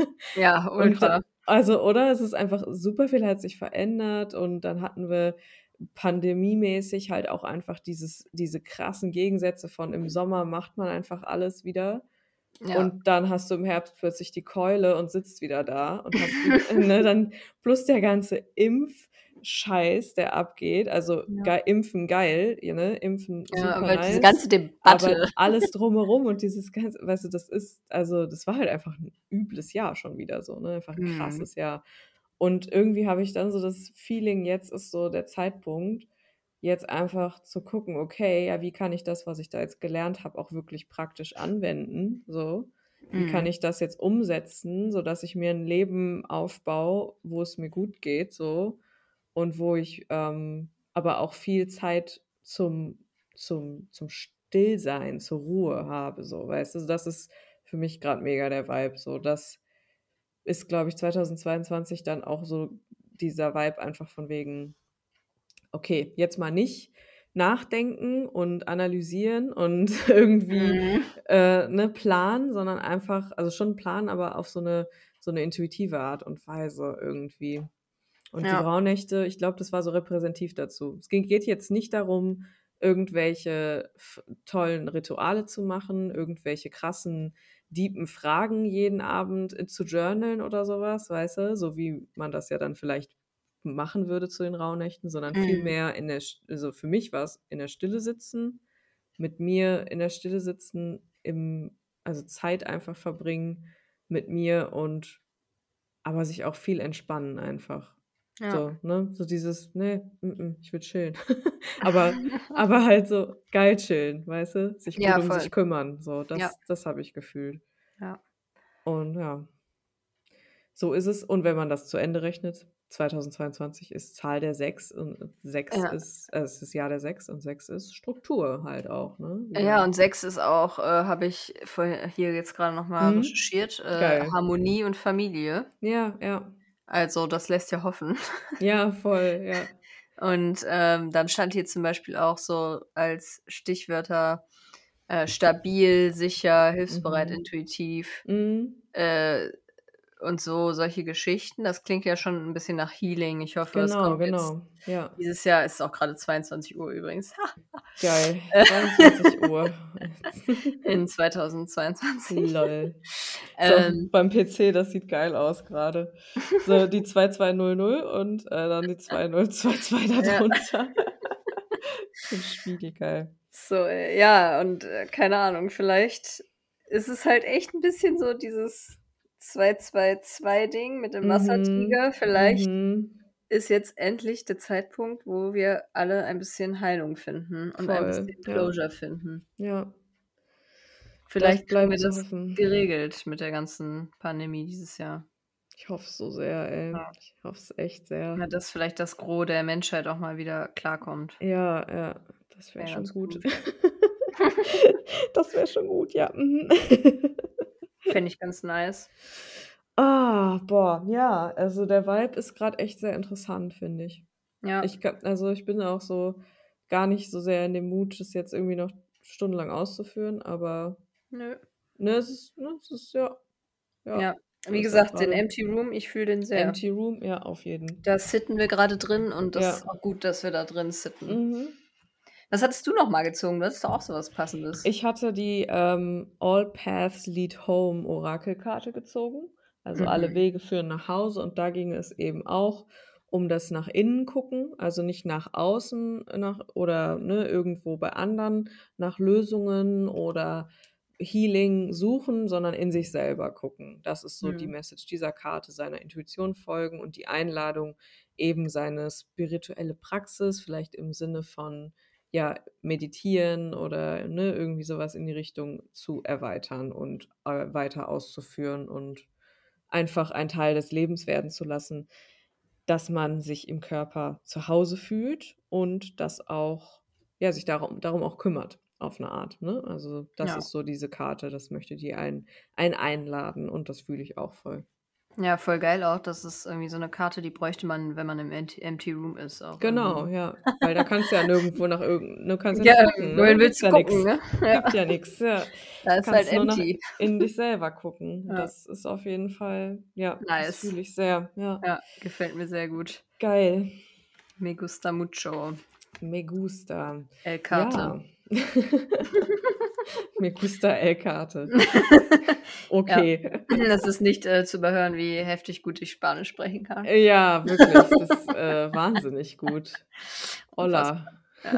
[SPEAKER 1] Ja,
[SPEAKER 2] Und
[SPEAKER 1] ultra.
[SPEAKER 2] also, oder? Es ist einfach super viel hat sich verändert und dann hatten wir pandemiemäßig halt auch einfach dieses diese krassen Gegensätze von im Sommer macht man einfach alles wieder
[SPEAKER 1] Ja.
[SPEAKER 2] und dann hast du im Herbst plötzlich die Keule und sitzt wieder da und hast wieder ne, dann plus der ganze Impfscheiß, der abgeht. Also,
[SPEAKER 1] Ja.
[SPEAKER 2] gei Impfen geil, ja, ne? Impfen
[SPEAKER 1] Ja,
[SPEAKER 2] super
[SPEAKER 1] aber diese
[SPEAKER 2] nice,
[SPEAKER 1] ganze
[SPEAKER 2] aber
[SPEAKER 1] Debatte.
[SPEAKER 2] alles drumherum und dieses ganze weißt du, das ist also, das war halt einfach 'n übles Jahr schon wieder so, ne? Einfach 'n
[SPEAKER 1] Mhm.
[SPEAKER 2] krasses Jahr. Und irgendwie habe ich dann so das Feeling, jetzt ist so der Zeitpunkt, jetzt einfach zu gucken: „Okay, ja, wie kann ich das, was ich da jetzt gelernt habe, auch wirklich praktisch anwenden?“ So. Wie kann
[SPEAKER 1] Mhm.
[SPEAKER 2] ich das jetzt umsetzen, sodass ich mir 'n Leben aufbaue, wo es mir gut geht so und wo ich, ähm, aber auch viel Zeit zum zum zum Stillsein, zur Ruhe habe so, weißt du? Das ist für mich grad mega der Vibe so. Das ist, glaube ich, zweitausendzweiundzwanzig dann auch so dieser Vibe einfach von wegen: „Okay, jetzt mal nicht nachdenken und analysieren und irgendwie,
[SPEAKER 1] Mhm.
[SPEAKER 2] äh, ne, planen, sondern einfach also, schon planen, aber auf so 'ne so 'ne intuitive Art und Weise irgendwie.“ Und die
[SPEAKER 1] Ja.
[SPEAKER 2] Rauhnächte, ich glaube, das war so repräsentativ dazu. Es ging geht jetzt nicht darum, irgendwelche f tollen Rituale zu machen, irgendwelche krassen, deepen Fragen jeden Abend, äh, zu journalen oder so was, weißt du, so wie man das ja dann vielleicht machen würde zu den Rauhnächten, sondern
[SPEAKER 1] Mhm.
[SPEAKER 2] vielmehr in der st also, für mich war's in der Stille sitzen, mit mir in der Stille sitzen, im also, Zeit einfach verbringen mit mir und aber sich auch viel entspannen einfach.
[SPEAKER 1] Ja.
[SPEAKER 2] So, ne? So dieses: „Ne, m m, ich will chillen.“ Aber aber halt so geil chillen, weißt du? Sich gut
[SPEAKER 1] Ja,
[SPEAKER 2] um
[SPEAKER 1] voll.
[SPEAKER 2] sich kümmern, so,
[SPEAKER 1] Ja.
[SPEAKER 2] das das habe ich gefühlt.
[SPEAKER 1] Ja.
[SPEAKER 2] Und ja. So ist es. Und wenn man das zu Ende rechnet, zweitausendzweiundzwanzig ist Zahl der sechs und sechs
[SPEAKER 1] Ja.
[SPEAKER 2] ist äh, es ist das Jahr der sechs und sechs ist Struktur halt auch, ne,
[SPEAKER 1] Ja,
[SPEAKER 2] wieder.
[SPEAKER 1] und sechs ist auch, äh, habe ich vorher hier jetzt grade noch mal
[SPEAKER 2] Mhm.
[SPEAKER 1] recherchiert, äh,
[SPEAKER 2] Geil.
[SPEAKER 1] Harmonie und Familie.
[SPEAKER 2] Ja, ja.
[SPEAKER 1] Also, das lässt ja hoffen.
[SPEAKER 2] Ja, voll, ja.
[SPEAKER 1] Und, ähm, dann stand hier zum Beispiel auch so als Stichwörter, äh, stabil, sicher, hilfsbereit,
[SPEAKER 2] Mhm.
[SPEAKER 1] intuitiv,
[SPEAKER 2] Mhm.
[SPEAKER 1] äh, und so solche Geschichten. Das klingt ja schon 'n bisschen nach Healing. Ich hoffe, es
[SPEAKER 2] Genau,
[SPEAKER 1] kommt jetzt
[SPEAKER 2] genau, ja.
[SPEAKER 1] dieses Jahr ist auch grade zweiundzwanzig Uhr übrigens.
[SPEAKER 2] Geil,
[SPEAKER 1] Äh,
[SPEAKER 2] zweiundzwanzig Uhr.
[SPEAKER 1] in zweitausendzweiundzwanzig.
[SPEAKER 2] Lol. Ist auch
[SPEAKER 1] Ähm
[SPEAKER 2] beim PC, das sieht geil aus grade. So die zwei zwei null null und, äh, dann die zwei null zwei zwei da
[SPEAKER 1] Ja.
[SPEAKER 2] drunter. Bisschen spiegelgeil.
[SPEAKER 1] So, äh, ja, und, äh, keine Ahnung, vielleicht ist es halt echt 'n bisschen so dieses zwei zwei zwei Ding mit dem
[SPEAKER 2] Mhm,
[SPEAKER 1] Wassertiger. Vielleicht
[SPEAKER 2] mhm.
[SPEAKER 1] ist jetzt endlich der Zeitpunkt, wo wir alle ein bisschen Heilung finden und ein
[SPEAKER 2] Voll,
[SPEAKER 1] bisschen
[SPEAKER 2] ja.
[SPEAKER 1] Closure finden.
[SPEAKER 2] Ja. Das
[SPEAKER 1] Vielleicht kriegen wir
[SPEAKER 2] bleibt zu
[SPEAKER 1] das
[SPEAKER 2] hoffen.
[SPEAKER 1] geregelt mit der ganzen Pandemie dieses Jahr.
[SPEAKER 2] Ich hoffe es so sehr, ey.
[SPEAKER 1] Ja.
[SPEAKER 2] Ich hoffe es echt sehr.
[SPEAKER 1] Ja, dass vielleicht das Gros der Menschheit auch mal wieder klarkommt.
[SPEAKER 2] Ja, ja, das wäre
[SPEAKER 1] Wäre
[SPEAKER 2] schon
[SPEAKER 1] ganz
[SPEAKER 2] gut.
[SPEAKER 1] gut.
[SPEAKER 2] Das wäre schon gut, ja, mhm.
[SPEAKER 1] Fände ich ganz nice.
[SPEAKER 2] Ah, boah, ja, also, der Vibe ist grad echt sehr interessant, finde ich.
[SPEAKER 1] Ja.
[SPEAKER 2] Ich ka also, ich bin auch so gar nicht so sehr in dem Mut, das jetzt irgendwie noch stundenlang auszuführen, aber
[SPEAKER 1] Nö.
[SPEAKER 2] ne, es ist ne, es ist ja, ja,
[SPEAKER 1] Ja,
[SPEAKER 2] so
[SPEAKER 1] wie
[SPEAKER 2] ist das
[SPEAKER 1] gesagt, den
[SPEAKER 2] grade.
[SPEAKER 1] Empty Room, ich fühle den sehr.
[SPEAKER 2] Empty Room, ja, auf jeden.
[SPEAKER 1] Da sitten wir grade drin und das
[SPEAKER 2] Ja.
[SPEAKER 1] ist auch gut, dass wir da drin sitten.
[SPEAKER 2] Mhm.
[SPEAKER 1] Was hattest du noch mal gezogen? Du hattest doch auch so was Passendes.
[SPEAKER 2] Ich hatte die, ähm, All Paths Lead Home Orakelkarte gezogen. Also, alle
[SPEAKER 1] Mhm.
[SPEAKER 2] Wege führen nach Hause und da ging es eben auch um das nach innen gucken, also, nicht nach außen nach oder, ne, irgendwo bei anderen nach Lösungen oder Healing suchen, sondern in sich selber gucken. Das ist so die
[SPEAKER 1] Mhm.
[SPEAKER 2] Message dieser Karte, seiner Intuition folgen und die Einladung, eben seine spirituelle Praxis, vielleicht im Sinne von, ja, meditieren oder, ne, irgendwie so was in die Richtung zu erweitern und, äh, weiter auszuführen und einfach ein Teil des Lebens werden zu lassen, dass man sich im Körper zu Hause fühlt und das auch ja, sich darum darum auch kümmert auf 'ne Art, ne? Also, das
[SPEAKER 1] Ja.
[SPEAKER 2] ist so diese Karte, das möchte die einen einen einladen und das fühle ich auch voll.
[SPEAKER 1] Ja, voll geil auch. Das ist irgendwie so 'ne Karte, die bräuchte man, wenn man im Ent Empty Room ist auch
[SPEAKER 2] Genau,
[SPEAKER 1] irgendwie.
[SPEAKER 2] ja. Weil da kannst du ja nirgendwo nach irgend du kannst ja
[SPEAKER 1] Ja,
[SPEAKER 2] nicht gucken, ne?
[SPEAKER 1] wohin willst
[SPEAKER 2] Gibt
[SPEAKER 1] du
[SPEAKER 2] ja
[SPEAKER 1] gucken,
[SPEAKER 2] nix.
[SPEAKER 1] ne? Ja.
[SPEAKER 2] Gibt ja nix, ja.
[SPEAKER 1] Da ist halt
[SPEAKER 2] Kannst nur nach
[SPEAKER 1] empty.
[SPEAKER 2] in dich selber gucken.
[SPEAKER 1] Ja.
[SPEAKER 2] Das ist auf jeden Fall ja, das
[SPEAKER 1] Nice.
[SPEAKER 2] fühle ich sehr, ja.
[SPEAKER 1] Ja, gefällt mir sehr gut.
[SPEAKER 2] Geil.
[SPEAKER 1] Me gusta mucho.
[SPEAKER 2] Me gusta.
[SPEAKER 1] El Karte.
[SPEAKER 2] Ja. Me gusta el Karte.
[SPEAKER 1] Ja.
[SPEAKER 2] Okay.
[SPEAKER 1] Das ist nicht, äh, zu überhören, wie heftig gut ich Spanisch sprechen kann.
[SPEAKER 2] Ja, wirklich. Das ist, äh, wahnsinnig gut.
[SPEAKER 1] Unfassbar.
[SPEAKER 2] Hola.
[SPEAKER 1] Ja.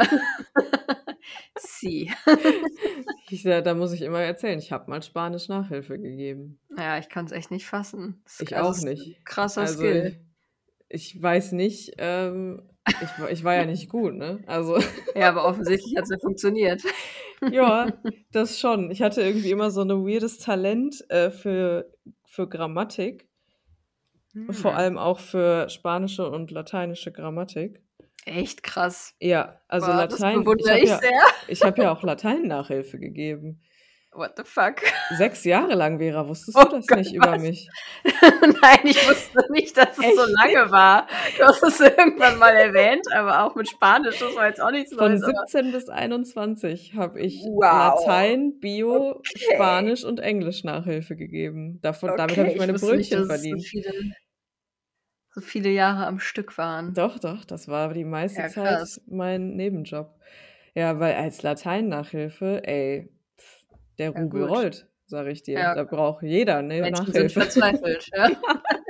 [SPEAKER 1] Si.
[SPEAKER 2] Ich da da muss ich immer erzählen, ich habe mal Spanisch Nachhilfe gegeben.
[SPEAKER 1] Ja, ich kann's echt nicht fassen. Das
[SPEAKER 2] Ich
[SPEAKER 1] also,
[SPEAKER 2] auch
[SPEAKER 1] ist 'n
[SPEAKER 2] nicht.
[SPEAKER 1] krasser
[SPEAKER 2] Also,
[SPEAKER 1] Skill.
[SPEAKER 2] ich ich weiß nicht, ähm ich wa ich war ja nicht gut, ne? Also
[SPEAKER 1] Ja, aber offensichtlich hat's ja funktioniert.
[SPEAKER 2] Ja, das schon. Ich hatte irgendwie immer so 'ne weirdes Talent, äh, für für Grammatik. Vor
[SPEAKER 1] Hm.
[SPEAKER 2] allem auch für spanische und lateinische Grammatik.
[SPEAKER 1] Echt krass.
[SPEAKER 2] Ja, also
[SPEAKER 1] Boah, das
[SPEAKER 2] Latein ich
[SPEAKER 1] bewundere
[SPEAKER 2] habe
[SPEAKER 1] ich
[SPEAKER 2] ja
[SPEAKER 1] sehr.
[SPEAKER 2] ich habe ja auch Latein-Nachhilfe gegeben.
[SPEAKER 1] What the fuck?
[SPEAKER 2] sechs Jahre lang, Vera, wusstest du
[SPEAKER 1] Oh
[SPEAKER 2] das
[SPEAKER 1] Gott,
[SPEAKER 2] nicht über
[SPEAKER 1] was?
[SPEAKER 2] mich?
[SPEAKER 1] Nein, ich wusste nicht, dass es so
[SPEAKER 2] Echt
[SPEAKER 1] lange
[SPEAKER 2] nicht?
[SPEAKER 1] war. Du hast es irgendwann mal erwähnt, aber auch mit Spanisch, das war jetzt auch nichts
[SPEAKER 2] Von
[SPEAKER 1] Neues, aber
[SPEAKER 2] siebzehn bis einundzwanzig habe ich
[SPEAKER 1] Wow.
[SPEAKER 2] Latein, Bio,
[SPEAKER 1] Okay.
[SPEAKER 2] Spanisch und Englisch Nachhilfe gegeben. Davon damit habe
[SPEAKER 1] Okay,
[SPEAKER 2] ich
[SPEAKER 1] ich
[SPEAKER 2] meine
[SPEAKER 1] wusste nicht,
[SPEAKER 2] Brötchen
[SPEAKER 1] dass es so
[SPEAKER 2] verdient.
[SPEAKER 1] viele so viele Jahre am Stück waren.
[SPEAKER 2] Doch, doch, das war die meiste
[SPEAKER 1] Ja, krass.
[SPEAKER 2] Zeit mein Nebenjob. Ja, weil als Latein-Nachhilfe, ey, der
[SPEAKER 1] Ja,
[SPEAKER 2] Rubel
[SPEAKER 1] gut.
[SPEAKER 2] rollt, sage ich dir.
[SPEAKER 1] Ja.
[SPEAKER 2] Da braucht jeder, ne,
[SPEAKER 1] Menschen sind
[SPEAKER 2] Nachhilfe.
[SPEAKER 1] verzweifelt, ja.
[SPEAKER 2] Ja.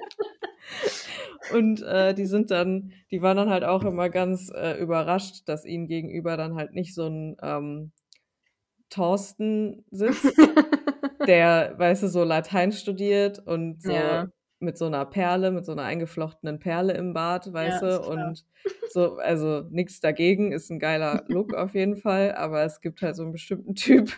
[SPEAKER 2] Und, äh, die sind dann die waren dann halt auch immer ganz, äh, überrascht, dass ihnen gegenüber dann halt nicht so 'n, ähm, Thorsten sitzt, der, weißt du, so Latein studiert und so
[SPEAKER 1] Ja.
[SPEAKER 2] mit so 'ner Perle mit so 'ner eingeflochtenen Perle im Bart,
[SPEAKER 1] Ja,
[SPEAKER 2] weißt du?
[SPEAKER 1] ist klar.
[SPEAKER 2] Und so also, nix dagegen, ist 'n geiler Look auf jeden Fall, aber es gibt halt so 'n bestimmten Typ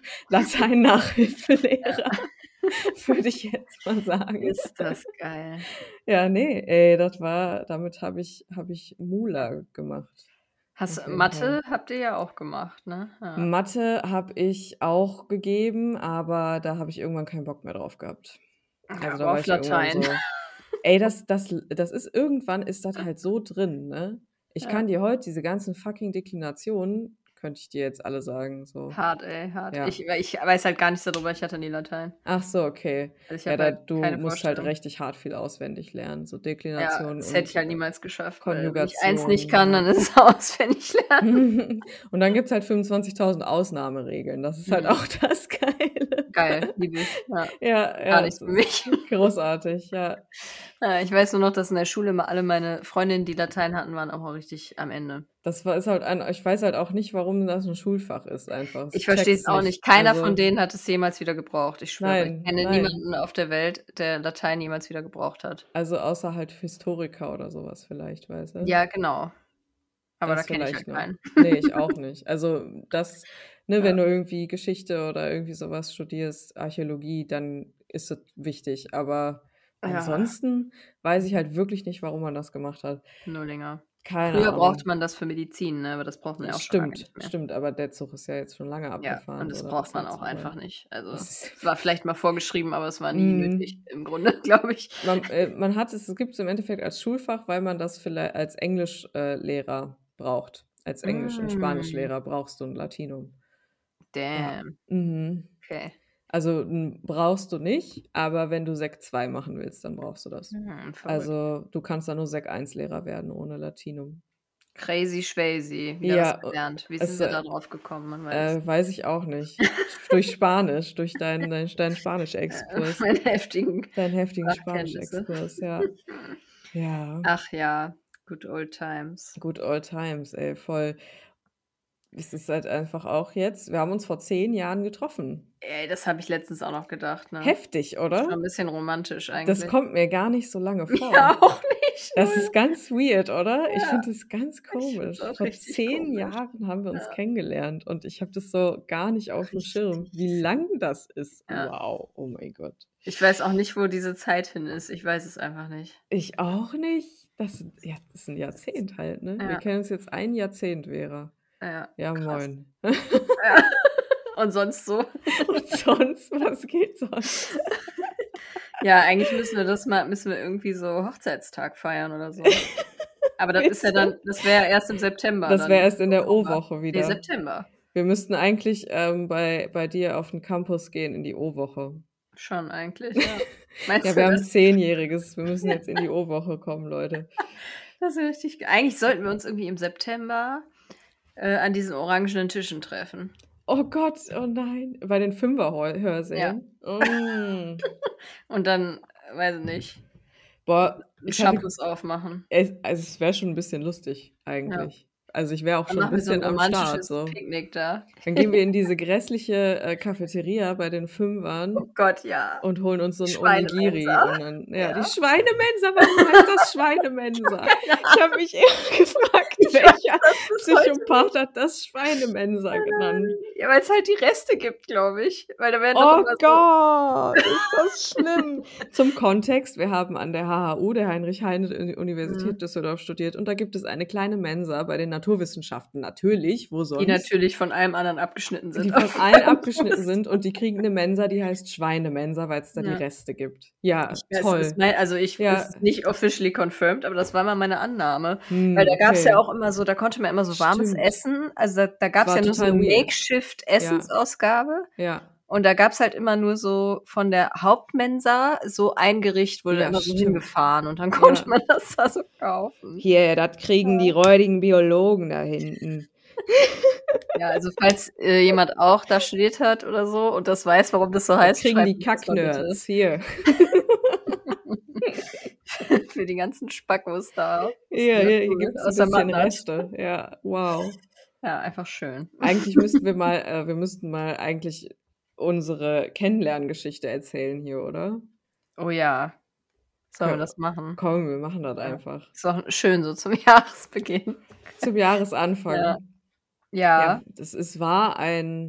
[SPEAKER 1] Ja.
[SPEAKER 2] Latein-Nachhilfelehrer, würde ich jetzt mal sagen.
[SPEAKER 1] Ist das geil.
[SPEAKER 2] Ja, ne, ey, das war damit habe ich habe ich Mula gemacht.
[SPEAKER 1] Hast
[SPEAKER 2] Auf
[SPEAKER 1] du
[SPEAKER 2] jeden Fall.
[SPEAKER 1] Mathe habt ihr ja auch gemacht, ne? Ja.
[SPEAKER 2] Mathe habe ich auch gegeben, aber da habe ich irgendwann keinen Bock mehr drauf gehabt.
[SPEAKER 1] Ja,
[SPEAKER 2] Also, da
[SPEAKER 1] aber
[SPEAKER 2] war
[SPEAKER 1] auf
[SPEAKER 2] ich irgendwann
[SPEAKER 1] Latein.
[SPEAKER 2] so ey, das das l das ist irgendwann ist das halt so drin, ne? Ich
[SPEAKER 1] Ja.
[SPEAKER 2] kann dir heute diese ganzen fucking Deklinationen könnte ich dir jetzt alle sagen, so.
[SPEAKER 1] Hart, ey, hart. Ich
[SPEAKER 2] Ja.
[SPEAKER 1] wei ich weiß halt gar nichts da drüber, ich hatte nie Latein.
[SPEAKER 2] Ach so, okay.
[SPEAKER 1] Also, ich
[SPEAKER 2] Ja,
[SPEAKER 1] habe
[SPEAKER 2] da
[SPEAKER 1] halt
[SPEAKER 2] du
[SPEAKER 1] keine
[SPEAKER 2] musst halt
[SPEAKER 1] Vorstellung.
[SPEAKER 2] richtig hart viel auswendig lernen, so
[SPEAKER 1] Ja,
[SPEAKER 2] Deklinationen
[SPEAKER 1] das hätte
[SPEAKER 2] und,
[SPEAKER 1] ich halt
[SPEAKER 2] äh,
[SPEAKER 1] niemals geschafft, weil wenn ich eins nicht
[SPEAKER 2] Konjugationen,
[SPEAKER 1] kann,
[SPEAKER 2] ja.
[SPEAKER 1] dann ist es auswendig lernen.
[SPEAKER 2] Und dann gibt's halt fünfundzwanzigtausend Ausnahmeregeln. Das ist halt
[SPEAKER 1] Mhm.
[SPEAKER 2] auch das Geile.
[SPEAKER 1] Geil, liebe ich, ja.
[SPEAKER 2] Ja,
[SPEAKER 1] Gar
[SPEAKER 2] ja,
[SPEAKER 1] nichts
[SPEAKER 2] es
[SPEAKER 1] für mich.
[SPEAKER 2] ist großartig, ja.
[SPEAKER 1] Ja, ich weiß nur noch, dass in der Schule immer alle meine Freundinnen, die Latein hatten, waren auch mal richtig am Ende.
[SPEAKER 2] Das war ist halt ein ich weiß halt auch nicht, warum das 'n Schulfach ist einfach.
[SPEAKER 1] Ich
[SPEAKER 2] Ich
[SPEAKER 1] verstehe es
[SPEAKER 2] checke es
[SPEAKER 1] auch
[SPEAKER 2] nicht.
[SPEAKER 1] nicht. Keiner von
[SPEAKER 2] Also
[SPEAKER 1] denen hat es jemals wieder gebraucht, ich schwöre. Ich
[SPEAKER 2] Nein,
[SPEAKER 1] kenne
[SPEAKER 2] nein.
[SPEAKER 1] niemanden auf der Welt, der Latein jemals wieder gebraucht hat.
[SPEAKER 2] Also, außer halt Historiker oder so was vielleicht, weißt du?
[SPEAKER 1] Ja, genau. Aber da
[SPEAKER 2] Das
[SPEAKER 1] kenne ich halt
[SPEAKER 2] vielleicht noch.
[SPEAKER 1] keinen.
[SPEAKER 2] Ne, ich auch nicht. Also, das ne,
[SPEAKER 1] Ja.
[SPEAKER 2] wenn du irgendwie Geschichte oder irgendwie so was studierst, Archäologie, dann ist das wichtig. Aber
[SPEAKER 1] Ja.
[SPEAKER 2] ansonsten weiß ich halt wirklich nicht, warum man das gemacht hat.
[SPEAKER 1] Nullinger.
[SPEAKER 2] Keine
[SPEAKER 1] Früher brauchte
[SPEAKER 2] Ahnung.
[SPEAKER 1] man das für Medizin, ne, aber das braucht man
[SPEAKER 2] J
[SPEAKER 1] ja auch schon lange
[SPEAKER 2] stimmt,
[SPEAKER 1] nicht mehr.
[SPEAKER 2] stimmt, aber der Zug ist ja jetzt schon lange
[SPEAKER 1] Ja, und
[SPEAKER 2] abgefahren,
[SPEAKER 1] das
[SPEAKER 2] so, das ist
[SPEAKER 1] braucht man
[SPEAKER 2] jetzt
[SPEAKER 1] auch
[SPEAKER 2] vorbei.
[SPEAKER 1] einfach nicht. Also,
[SPEAKER 2] Es ist
[SPEAKER 1] es war vielleicht mal vorgeschrieben, aber es war nie nötig
[SPEAKER 2] Mhm.
[SPEAKER 1] im Grunde, glaube ich.
[SPEAKER 2] Man äh, man hat es es gibt's im Endeffekt als Schulfach, weil man das viellei als Englisch äh, Lehrer braucht. Als Englisch und
[SPEAKER 1] Hm.
[SPEAKER 2] Spanischlehrer brauchst du 'n Latinum. Ja.
[SPEAKER 1] Damn.
[SPEAKER 2] Mhm.
[SPEAKER 1] Okay.
[SPEAKER 2] Also, hm, brauchst du nicht, aber wenn du Sek zwei machen willst, dann brauchst du das.
[SPEAKER 1] Mhm, verrückt.
[SPEAKER 2] Also, du kannst dann nur Sek eins Lehrer werden ohne Latinum.
[SPEAKER 1] Crazy schwazy, wieder was
[SPEAKER 2] Ja, äh,
[SPEAKER 1] gelernt. Wie sind
[SPEAKER 2] es,
[SPEAKER 1] wir
[SPEAKER 2] äh
[SPEAKER 1] da drauf gekommen? Man weiß es
[SPEAKER 2] äh, weiß ich auch nicht. Durch Spanisch, durch deinen deinen deinen
[SPEAKER 1] Ja,
[SPEAKER 2] Spanischexkurs.
[SPEAKER 1] meine heftigen
[SPEAKER 2] Deinen heftigen
[SPEAKER 1] Sprachkenntnisse.
[SPEAKER 2] Spanischexkurs, ja. Ja.
[SPEAKER 1] Ach ja, good old times.
[SPEAKER 2] Good old times, ey, voll. Es ist halt einfach auch jetzt wir haben uns vor zehn Jahren getroffen.
[SPEAKER 1] Ey, das habe ich letztens auch noch gedacht, ne?
[SPEAKER 2] Heftig,
[SPEAKER 1] Ist schon
[SPEAKER 2] oder?
[SPEAKER 1] 'n bisschen romantisch
[SPEAKER 2] Das
[SPEAKER 1] eigentlich.
[SPEAKER 2] kommt mir gar nicht so lange vor.
[SPEAKER 1] Mir auch nicht,
[SPEAKER 2] Das ist
[SPEAKER 1] null.
[SPEAKER 2] ganz weird, oder? Ich
[SPEAKER 1] Ja,
[SPEAKER 2] finde das ganz
[SPEAKER 1] ich finde es
[SPEAKER 2] komisch.
[SPEAKER 1] auch
[SPEAKER 2] Vor
[SPEAKER 1] richtig
[SPEAKER 2] zehn
[SPEAKER 1] komisch.
[SPEAKER 2] Jahren haben wir uns
[SPEAKER 1] Ja.
[SPEAKER 2] kennengelernt und ich habe das so gar nicht aufm Schirm,
[SPEAKER 1] Richtig
[SPEAKER 2] wie lang das ist.
[SPEAKER 1] Ja.
[SPEAKER 2] Wow, oh mein Gott.
[SPEAKER 1] Ich weiß auch nicht, wo diese Zeit hin ist. Ich weiß es einfach nicht.
[SPEAKER 2] Ich auch nicht. Das ja, das ist 'n
[SPEAKER 1] Das ist
[SPEAKER 2] Jahrzehnt halt, ne? Wir
[SPEAKER 1] ja.
[SPEAKER 2] kennen uns jetzt ein Jahrzehnt, Vera.
[SPEAKER 1] Ja,
[SPEAKER 2] Ja,
[SPEAKER 1] krass.
[SPEAKER 2] moin.
[SPEAKER 1] Ja. Und sonst so?
[SPEAKER 2] Und sonst, was geht sonst?
[SPEAKER 1] Ja, eigentlich müssen wir das mal müssen wir irgendwie so Hochzeitstag feiern oder so. Aber das ist ja
[SPEAKER 2] Wieso?
[SPEAKER 1] dann das wäre ja erst im September
[SPEAKER 2] Das wäre
[SPEAKER 1] dann,
[SPEAKER 2] erst in der
[SPEAKER 1] Oktober.
[SPEAKER 2] O-Woche
[SPEAKER 1] Ne,
[SPEAKER 2] wieder.
[SPEAKER 1] September.
[SPEAKER 2] Wir müssten eigentlich, ähm, bei bei dir auf 'n Campus gehen in die O-Woche.
[SPEAKER 1] Schon eigentlich, ja. Meinst
[SPEAKER 2] Ja,
[SPEAKER 1] du
[SPEAKER 2] wir haben
[SPEAKER 1] das?
[SPEAKER 2] Zehnjähriges. Wir müssen jetzt in die O-Woche kommen, Leute.
[SPEAKER 1] Das wäre richtig ge eigentlich sollten wir uns irgendwie im September, äh, an diesen orangenen Tischen treffen.
[SPEAKER 2] Oh Gott, oh nein, bei den Fünfer-Hol
[SPEAKER 1] Ja.
[SPEAKER 2] Hörsälen? Hm.
[SPEAKER 1] Und dann, äh, weiß ich nicht,
[SPEAKER 2] Boah,
[SPEAKER 1] 'n
[SPEAKER 2] ich hatte
[SPEAKER 1] Shampoos aufmachen.
[SPEAKER 2] es also, es wäre schon 'n bisschen lustig
[SPEAKER 1] Ja.
[SPEAKER 2] eigentlich. Also, ich wäre auch
[SPEAKER 1] Dann
[SPEAKER 2] schon 'n
[SPEAKER 1] machen wir so 'n
[SPEAKER 2] bisschen am Start
[SPEAKER 1] romantisches
[SPEAKER 2] so.
[SPEAKER 1] Picknick da.
[SPEAKER 2] Dann gehen wir in diese grässliche, äh, Cafeteria bei den
[SPEAKER 1] Oh
[SPEAKER 2] Fünfern
[SPEAKER 1] Gott, ja.
[SPEAKER 2] und holen uns so
[SPEAKER 1] Die
[SPEAKER 2] 'n Onigiri
[SPEAKER 1] Schweinemensa.
[SPEAKER 2] und dann ja, die
[SPEAKER 1] Ja.
[SPEAKER 2] Schweinemensa, warum heißt das
[SPEAKER 1] Ich habe
[SPEAKER 2] Schweinemensa?
[SPEAKER 1] keine
[SPEAKER 2] Ich habe
[SPEAKER 1] Ahnung.
[SPEAKER 2] mich immer gefragt,
[SPEAKER 1] Ich weiß
[SPEAKER 2] welcher
[SPEAKER 1] das bis heute
[SPEAKER 2] Psychopath
[SPEAKER 1] nicht.
[SPEAKER 2] hat das Schweinemensa
[SPEAKER 1] Keine
[SPEAKER 2] genannt?
[SPEAKER 1] Ahnung. Ja, weil's halt die Reste gibt, glaube ich. Weil da werden doch
[SPEAKER 2] Oh
[SPEAKER 1] immer so
[SPEAKER 2] Gott, ist das schlimm. Zum Kontext, wir haben an der H H U, der Heinrich-Heine-Universität
[SPEAKER 1] Mhm.
[SPEAKER 2] Düsseldorf studiert und da gibt es eine kleine Mensa bei den Naturwissenschaften. Natürlich, wo
[SPEAKER 1] Die
[SPEAKER 2] sonst?
[SPEAKER 1] natürlich von allem anderen abgeschnitten
[SPEAKER 2] Die
[SPEAKER 1] sind
[SPEAKER 2] von
[SPEAKER 1] auf
[SPEAKER 2] allen
[SPEAKER 1] meinem
[SPEAKER 2] abgeschnitten sind und die kriegen 'ne Mensa, die heißt Schweinemensa, weil's da die
[SPEAKER 1] Ja.
[SPEAKER 2] Reste gibt. Ja,
[SPEAKER 1] Ich weiß, es
[SPEAKER 2] toll.
[SPEAKER 1] mei also, ich
[SPEAKER 2] Ja.
[SPEAKER 1] ist nicht officially confirmed, aber das war mal meine Annahme. Weil
[SPEAKER 2] Hm,
[SPEAKER 1] da gab's ja
[SPEAKER 2] okay.
[SPEAKER 1] auch immer so da konnte man immer so warmes
[SPEAKER 2] Stimmt.
[SPEAKER 1] Essen also, da da
[SPEAKER 2] Es
[SPEAKER 1] gab's
[SPEAKER 2] war
[SPEAKER 1] ja nur so 'ne
[SPEAKER 2] total weird. Ja.
[SPEAKER 1] Makeshift-Essensausgabe
[SPEAKER 2] Ja.
[SPEAKER 1] und da gab's halt immer nur so von der Hauptmensa so ein Gericht, wurde da
[SPEAKER 2] Ja,
[SPEAKER 1] immer so
[SPEAKER 2] stimmt.
[SPEAKER 1] hingefahren und dann konnte
[SPEAKER 2] Ja.
[SPEAKER 1] man das da so kaufen.
[SPEAKER 2] Hier, das kriegen die
[SPEAKER 1] Ja.
[SPEAKER 2] räudigen Biologen da hinten.
[SPEAKER 1] Ja, also, falls, äh, jemand auch da studiert hat oder so und das weiß, warum das so
[SPEAKER 2] Das
[SPEAKER 1] heißt,
[SPEAKER 2] kriegen
[SPEAKER 1] schreibt
[SPEAKER 2] die
[SPEAKER 1] uns das mal bitte.
[SPEAKER 2] Kack-Nerds, hier.
[SPEAKER 1] Für die ganzen Spackos da aus
[SPEAKER 2] Hier
[SPEAKER 1] der
[SPEAKER 2] hier hier
[SPEAKER 1] Natur
[SPEAKER 2] gibt's 'n
[SPEAKER 1] aus der
[SPEAKER 2] bisschen
[SPEAKER 1] Mannert.
[SPEAKER 2] Reste. Ja, wow.
[SPEAKER 1] Ja, einfach schön.
[SPEAKER 2] Eigentlich müssten wir mal äh, wir müssten mal eigentlich unsere Kennenlerngeschichte erzählen hier, oder?
[SPEAKER 1] Oh ja. Sollen wir
[SPEAKER 2] Kö
[SPEAKER 1] das machen?
[SPEAKER 2] komm, wir machen das
[SPEAKER 1] Ja.
[SPEAKER 2] einfach.
[SPEAKER 1] Ist auch schön so zum Jahresbeginn.
[SPEAKER 2] Zum
[SPEAKER 1] Ja.
[SPEAKER 2] Jahresanfang. Ja,
[SPEAKER 1] Ja.
[SPEAKER 2] das es war ein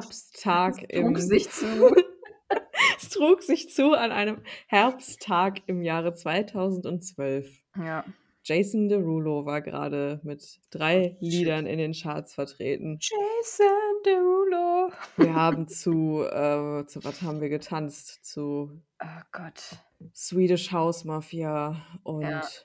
[SPEAKER 1] Es
[SPEAKER 2] Herbsttag
[SPEAKER 1] trug
[SPEAKER 2] im
[SPEAKER 1] sich zu.
[SPEAKER 2] es trug sich zu an einem Herbsttag im Jahre zweitausendzwölf.
[SPEAKER 1] Ja.
[SPEAKER 2] Jason Derulo war grade mit
[SPEAKER 1] Oh,
[SPEAKER 2] drei
[SPEAKER 1] shit.
[SPEAKER 2] Liedern in den Charts vertreten.
[SPEAKER 1] Jason Derulo.
[SPEAKER 2] Wir haben zu äh, zu was haben wir getanzt? Zu
[SPEAKER 1] Oh Gott.
[SPEAKER 2] Swedish House Mafia
[SPEAKER 1] Ja.
[SPEAKER 2] und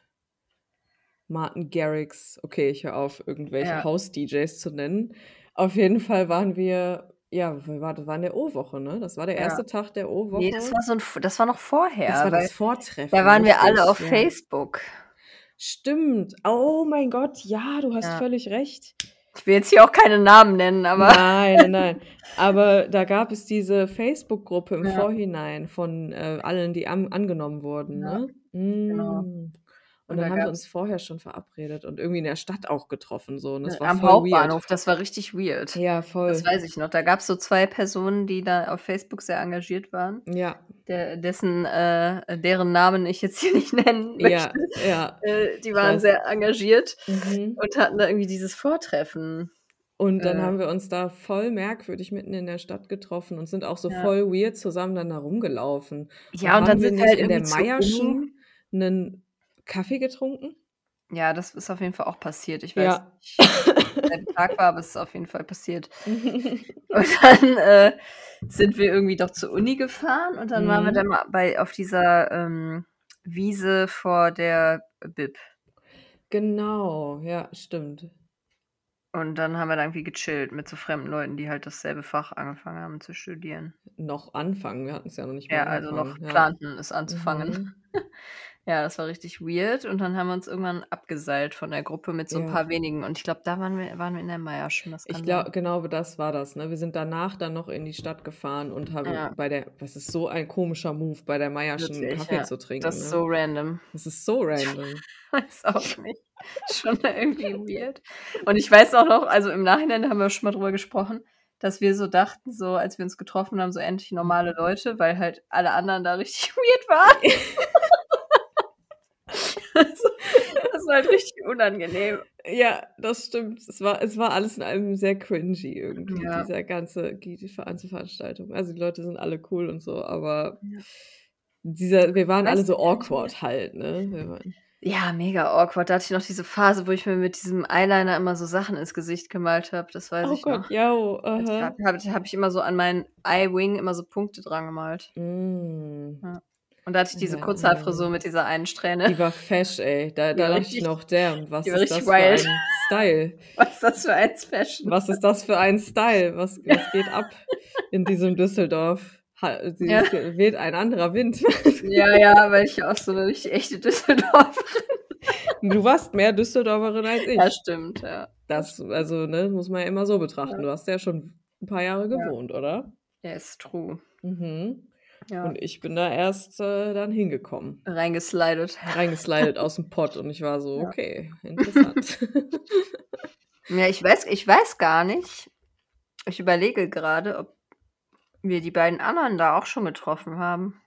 [SPEAKER 2] Martin Garrix. Okay, ich höre auf, irgendwelche
[SPEAKER 1] Ja.
[SPEAKER 2] House-DJs zu nennen. Auf jeden Fall waren wir ja, w war das war in der O-Woche, ne? Das war der
[SPEAKER 1] Ja.
[SPEAKER 2] erste Tag der
[SPEAKER 1] Ne, das
[SPEAKER 2] O-Woche.
[SPEAKER 1] war so 'n v das war noch
[SPEAKER 2] Das
[SPEAKER 1] vorher,
[SPEAKER 2] war
[SPEAKER 1] weil
[SPEAKER 2] das
[SPEAKER 1] da
[SPEAKER 2] Vortreffen,
[SPEAKER 1] waren wir alle auf
[SPEAKER 2] richtig, ja.
[SPEAKER 1] Facebook.
[SPEAKER 2] Stimmt. Oh mein Gott, ja, du hast
[SPEAKER 1] Ja.
[SPEAKER 2] völlig recht.
[SPEAKER 1] Ich will jetzt hier auch keine Namen nennen, aber
[SPEAKER 2] Nein, nein, nein. Aber da gab es diese Facebook-Gruppe im
[SPEAKER 1] Ja.
[SPEAKER 2] Vorhinein von, äh, allen, die an angenommen wurden,
[SPEAKER 1] Ja,
[SPEAKER 2] ne?
[SPEAKER 1] genau.
[SPEAKER 2] Hm. Und
[SPEAKER 1] Und da
[SPEAKER 2] dann haben wir uns
[SPEAKER 1] gab's
[SPEAKER 2] vorher schon verabredet und irgendwie in der Stadt auch getroffen so und
[SPEAKER 1] Ne,
[SPEAKER 2] das war
[SPEAKER 1] am
[SPEAKER 2] voll weird.
[SPEAKER 1] Hauptbahnhof, das war richtig weird.
[SPEAKER 2] Ja,
[SPEAKER 1] Das
[SPEAKER 2] voll.
[SPEAKER 1] weiß ich noch. Da gab's so zwei Personen, die da auf Facebook sehr engagiert waren,
[SPEAKER 2] Ja.
[SPEAKER 1] der dessen äh, deren Namen ich jetzt hier nicht nennen möchte.
[SPEAKER 2] Ja, ja.
[SPEAKER 1] Äh, die
[SPEAKER 2] Ich
[SPEAKER 1] waren
[SPEAKER 2] weiß.
[SPEAKER 1] sehr engagiert
[SPEAKER 2] Mhm.
[SPEAKER 1] und hatten da irgendwie dieses Vortreffen.
[SPEAKER 2] Und dann
[SPEAKER 1] Äh
[SPEAKER 2] haben wir uns da voll merkwürdig mitten in der Stadt getroffen und sind auch so
[SPEAKER 1] Ja.
[SPEAKER 2] voll weird zusammen dann da rumgelaufen. Und
[SPEAKER 1] Ja, und dann
[SPEAKER 2] haben wir
[SPEAKER 1] sind wir
[SPEAKER 2] nicht
[SPEAKER 1] halt
[SPEAKER 2] in der
[SPEAKER 1] irgendwie zur Uni
[SPEAKER 2] Meierschen 'nen Kaffee getrunken?
[SPEAKER 1] Ja, das ist auf jeden Fall auch passiert. Ich weiß
[SPEAKER 2] Ja.
[SPEAKER 1] nicht, welcher Tag war, aber es ist auf jeden Fall passiert. Und dann, äh, sind wir irgendwie doch zur Uni gefahren und dann waren wir dann
[SPEAKER 2] Mhm.
[SPEAKER 1] mal bei auf dieser, ähm, Wiese vor der Bib.
[SPEAKER 2] Genau, ja, stimmt.
[SPEAKER 1] Und dann haben wir da irgendwie gechillt mit so fremden Leuten, die halt dasselbe Fach angefangen haben zu studieren.
[SPEAKER 2] Noch anfangen, wir hatten's ja noch nicht mal
[SPEAKER 1] Ja, also noch
[SPEAKER 2] angefangen, ja.
[SPEAKER 1] planten, es anzufangen.
[SPEAKER 2] Mhm.
[SPEAKER 1] Ja, das war richtig weird und dann haben wir uns irgendwann abgeseilt von der Gruppe mit so 'n
[SPEAKER 2] Ja.
[SPEAKER 1] paar wenigen und ich glaube, da waren wir waren wir in der Meierschen, das
[SPEAKER 2] Ich
[SPEAKER 1] kann
[SPEAKER 2] glau
[SPEAKER 1] sein.
[SPEAKER 2] genau das war das, ne? Wir sind danach dann noch in die Stadt gefahren und haben
[SPEAKER 1] Ja.
[SPEAKER 2] bei der das ist so ein komischer Move, bei der Meierschen 'n
[SPEAKER 1] Wirklich,
[SPEAKER 2] Kaffee
[SPEAKER 1] ja.
[SPEAKER 2] zu
[SPEAKER 1] Das
[SPEAKER 2] trinken,
[SPEAKER 1] ist
[SPEAKER 2] ne?
[SPEAKER 1] so random.
[SPEAKER 2] Das ist so random.
[SPEAKER 1] Ich weiß auch nicht. Schon irgendwie weird. Und ich weiß auch noch also, im Nachhinein haben wir schon mal drüber gesprochen, dass wir so dachten, so als wir uns getroffen haben, so endlich normale Leute, weil halt alle anderen da richtig weird waren. Also, das war halt richtig unangenehm.
[SPEAKER 2] Ja, das stimmt. Es war es war alles in allem sehr cringy irgendwie,
[SPEAKER 1] Ja.
[SPEAKER 2] dieser ganze die die ganze Veranstaltung. Also, die Leute sind alle cool und so, aber
[SPEAKER 1] Ja.
[SPEAKER 2] dieser wir waren alle
[SPEAKER 1] Weiß
[SPEAKER 2] so
[SPEAKER 1] gar nicht mehr.
[SPEAKER 2] awkward halt, ne? Wir waren
[SPEAKER 1] Ja, mega awkward. Da hatte ich noch diese Phase, wo ich mir mit diesem Eyeliner immer so Sachen ins Gesicht gemalt habe, das weiß
[SPEAKER 2] Oh
[SPEAKER 1] ich noch.
[SPEAKER 2] Gott, jo,
[SPEAKER 1] Da
[SPEAKER 2] aha.
[SPEAKER 1] habe habe ich immer so an meinen Eye Wing immer so Punkte dran gemalt.
[SPEAKER 2] Hm.
[SPEAKER 1] Ja. Und da hatte ich diese
[SPEAKER 2] Ja,
[SPEAKER 1] Kurzhaarfrisur
[SPEAKER 2] ähm,
[SPEAKER 1] mit dieser einen
[SPEAKER 2] die
[SPEAKER 1] Strähne.
[SPEAKER 2] war fesch, ey. Da
[SPEAKER 1] Die
[SPEAKER 2] da
[SPEAKER 1] war
[SPEAKER 2] dachte ich
[SPEAKER 1] richtig
[SPEAKER 2] noch: „Damn,
[SPEAKER 1] die
[SPEAKER 2] was
[SPEAKER 1] war
[SPEAKER 2] ist
[SPEAKER 1] richtig
[SPEAKER 2] das für
[SPEAKER 1] wild.
[SPEAKER 2] ein Style?“
[SPEAKER 1] Was ist das für eins Fashion?
[SPEAKER 2] Was ist das für ein Style? Was was geht ab in diesem Düsseldorf? Ha sie
[SPEAKER 1] Ja.
[SPEAKER 2] es weht ein anderer Wind.
[SPEAKER 1] Ja, ja, weil ich ja auch so 'ne richtig echte Düsseldorferin
[SPEAKER 2] Du warst mehr Düsseldorferin als
[SPEAKER 1] Ja,
[SPEAKER 2] ich.
[SPEAKER 1] stimmt, ja. Das
[SPEAKER 2] Das
[SPEAKER 1] stimmt.
[SPEAKER 2] also, ne, muss man ja immer so betrachten.
[SPEAKER 1] Ja.
[SPEAKER 2] Du hast ja schon 'n paar Jahre
[SPEAKER 1] Ja.
[SPEAKER 2] gewohnt, oder?
[SPEAKER 1] Yes, true.
[SPEAKER 2] Mhm.
[SPEAKER 1] Ja.
[SPEAKER 2] Und ich bin da erst, äh, dann hingekommen.
[SPEAKER 1] Reingeslidet.
[SPEAKER 2] Reingeslidet aus'm Pott und ich war so:
[SPEAKER 1] Ja.
[SPEAKER 2] „Okay, interessant.“
[SPEAKER 1] Ja, ich weiß ich weiß gar nicht ich überlege grade, ob wir die beiden anderen da auch schon getroffen haben.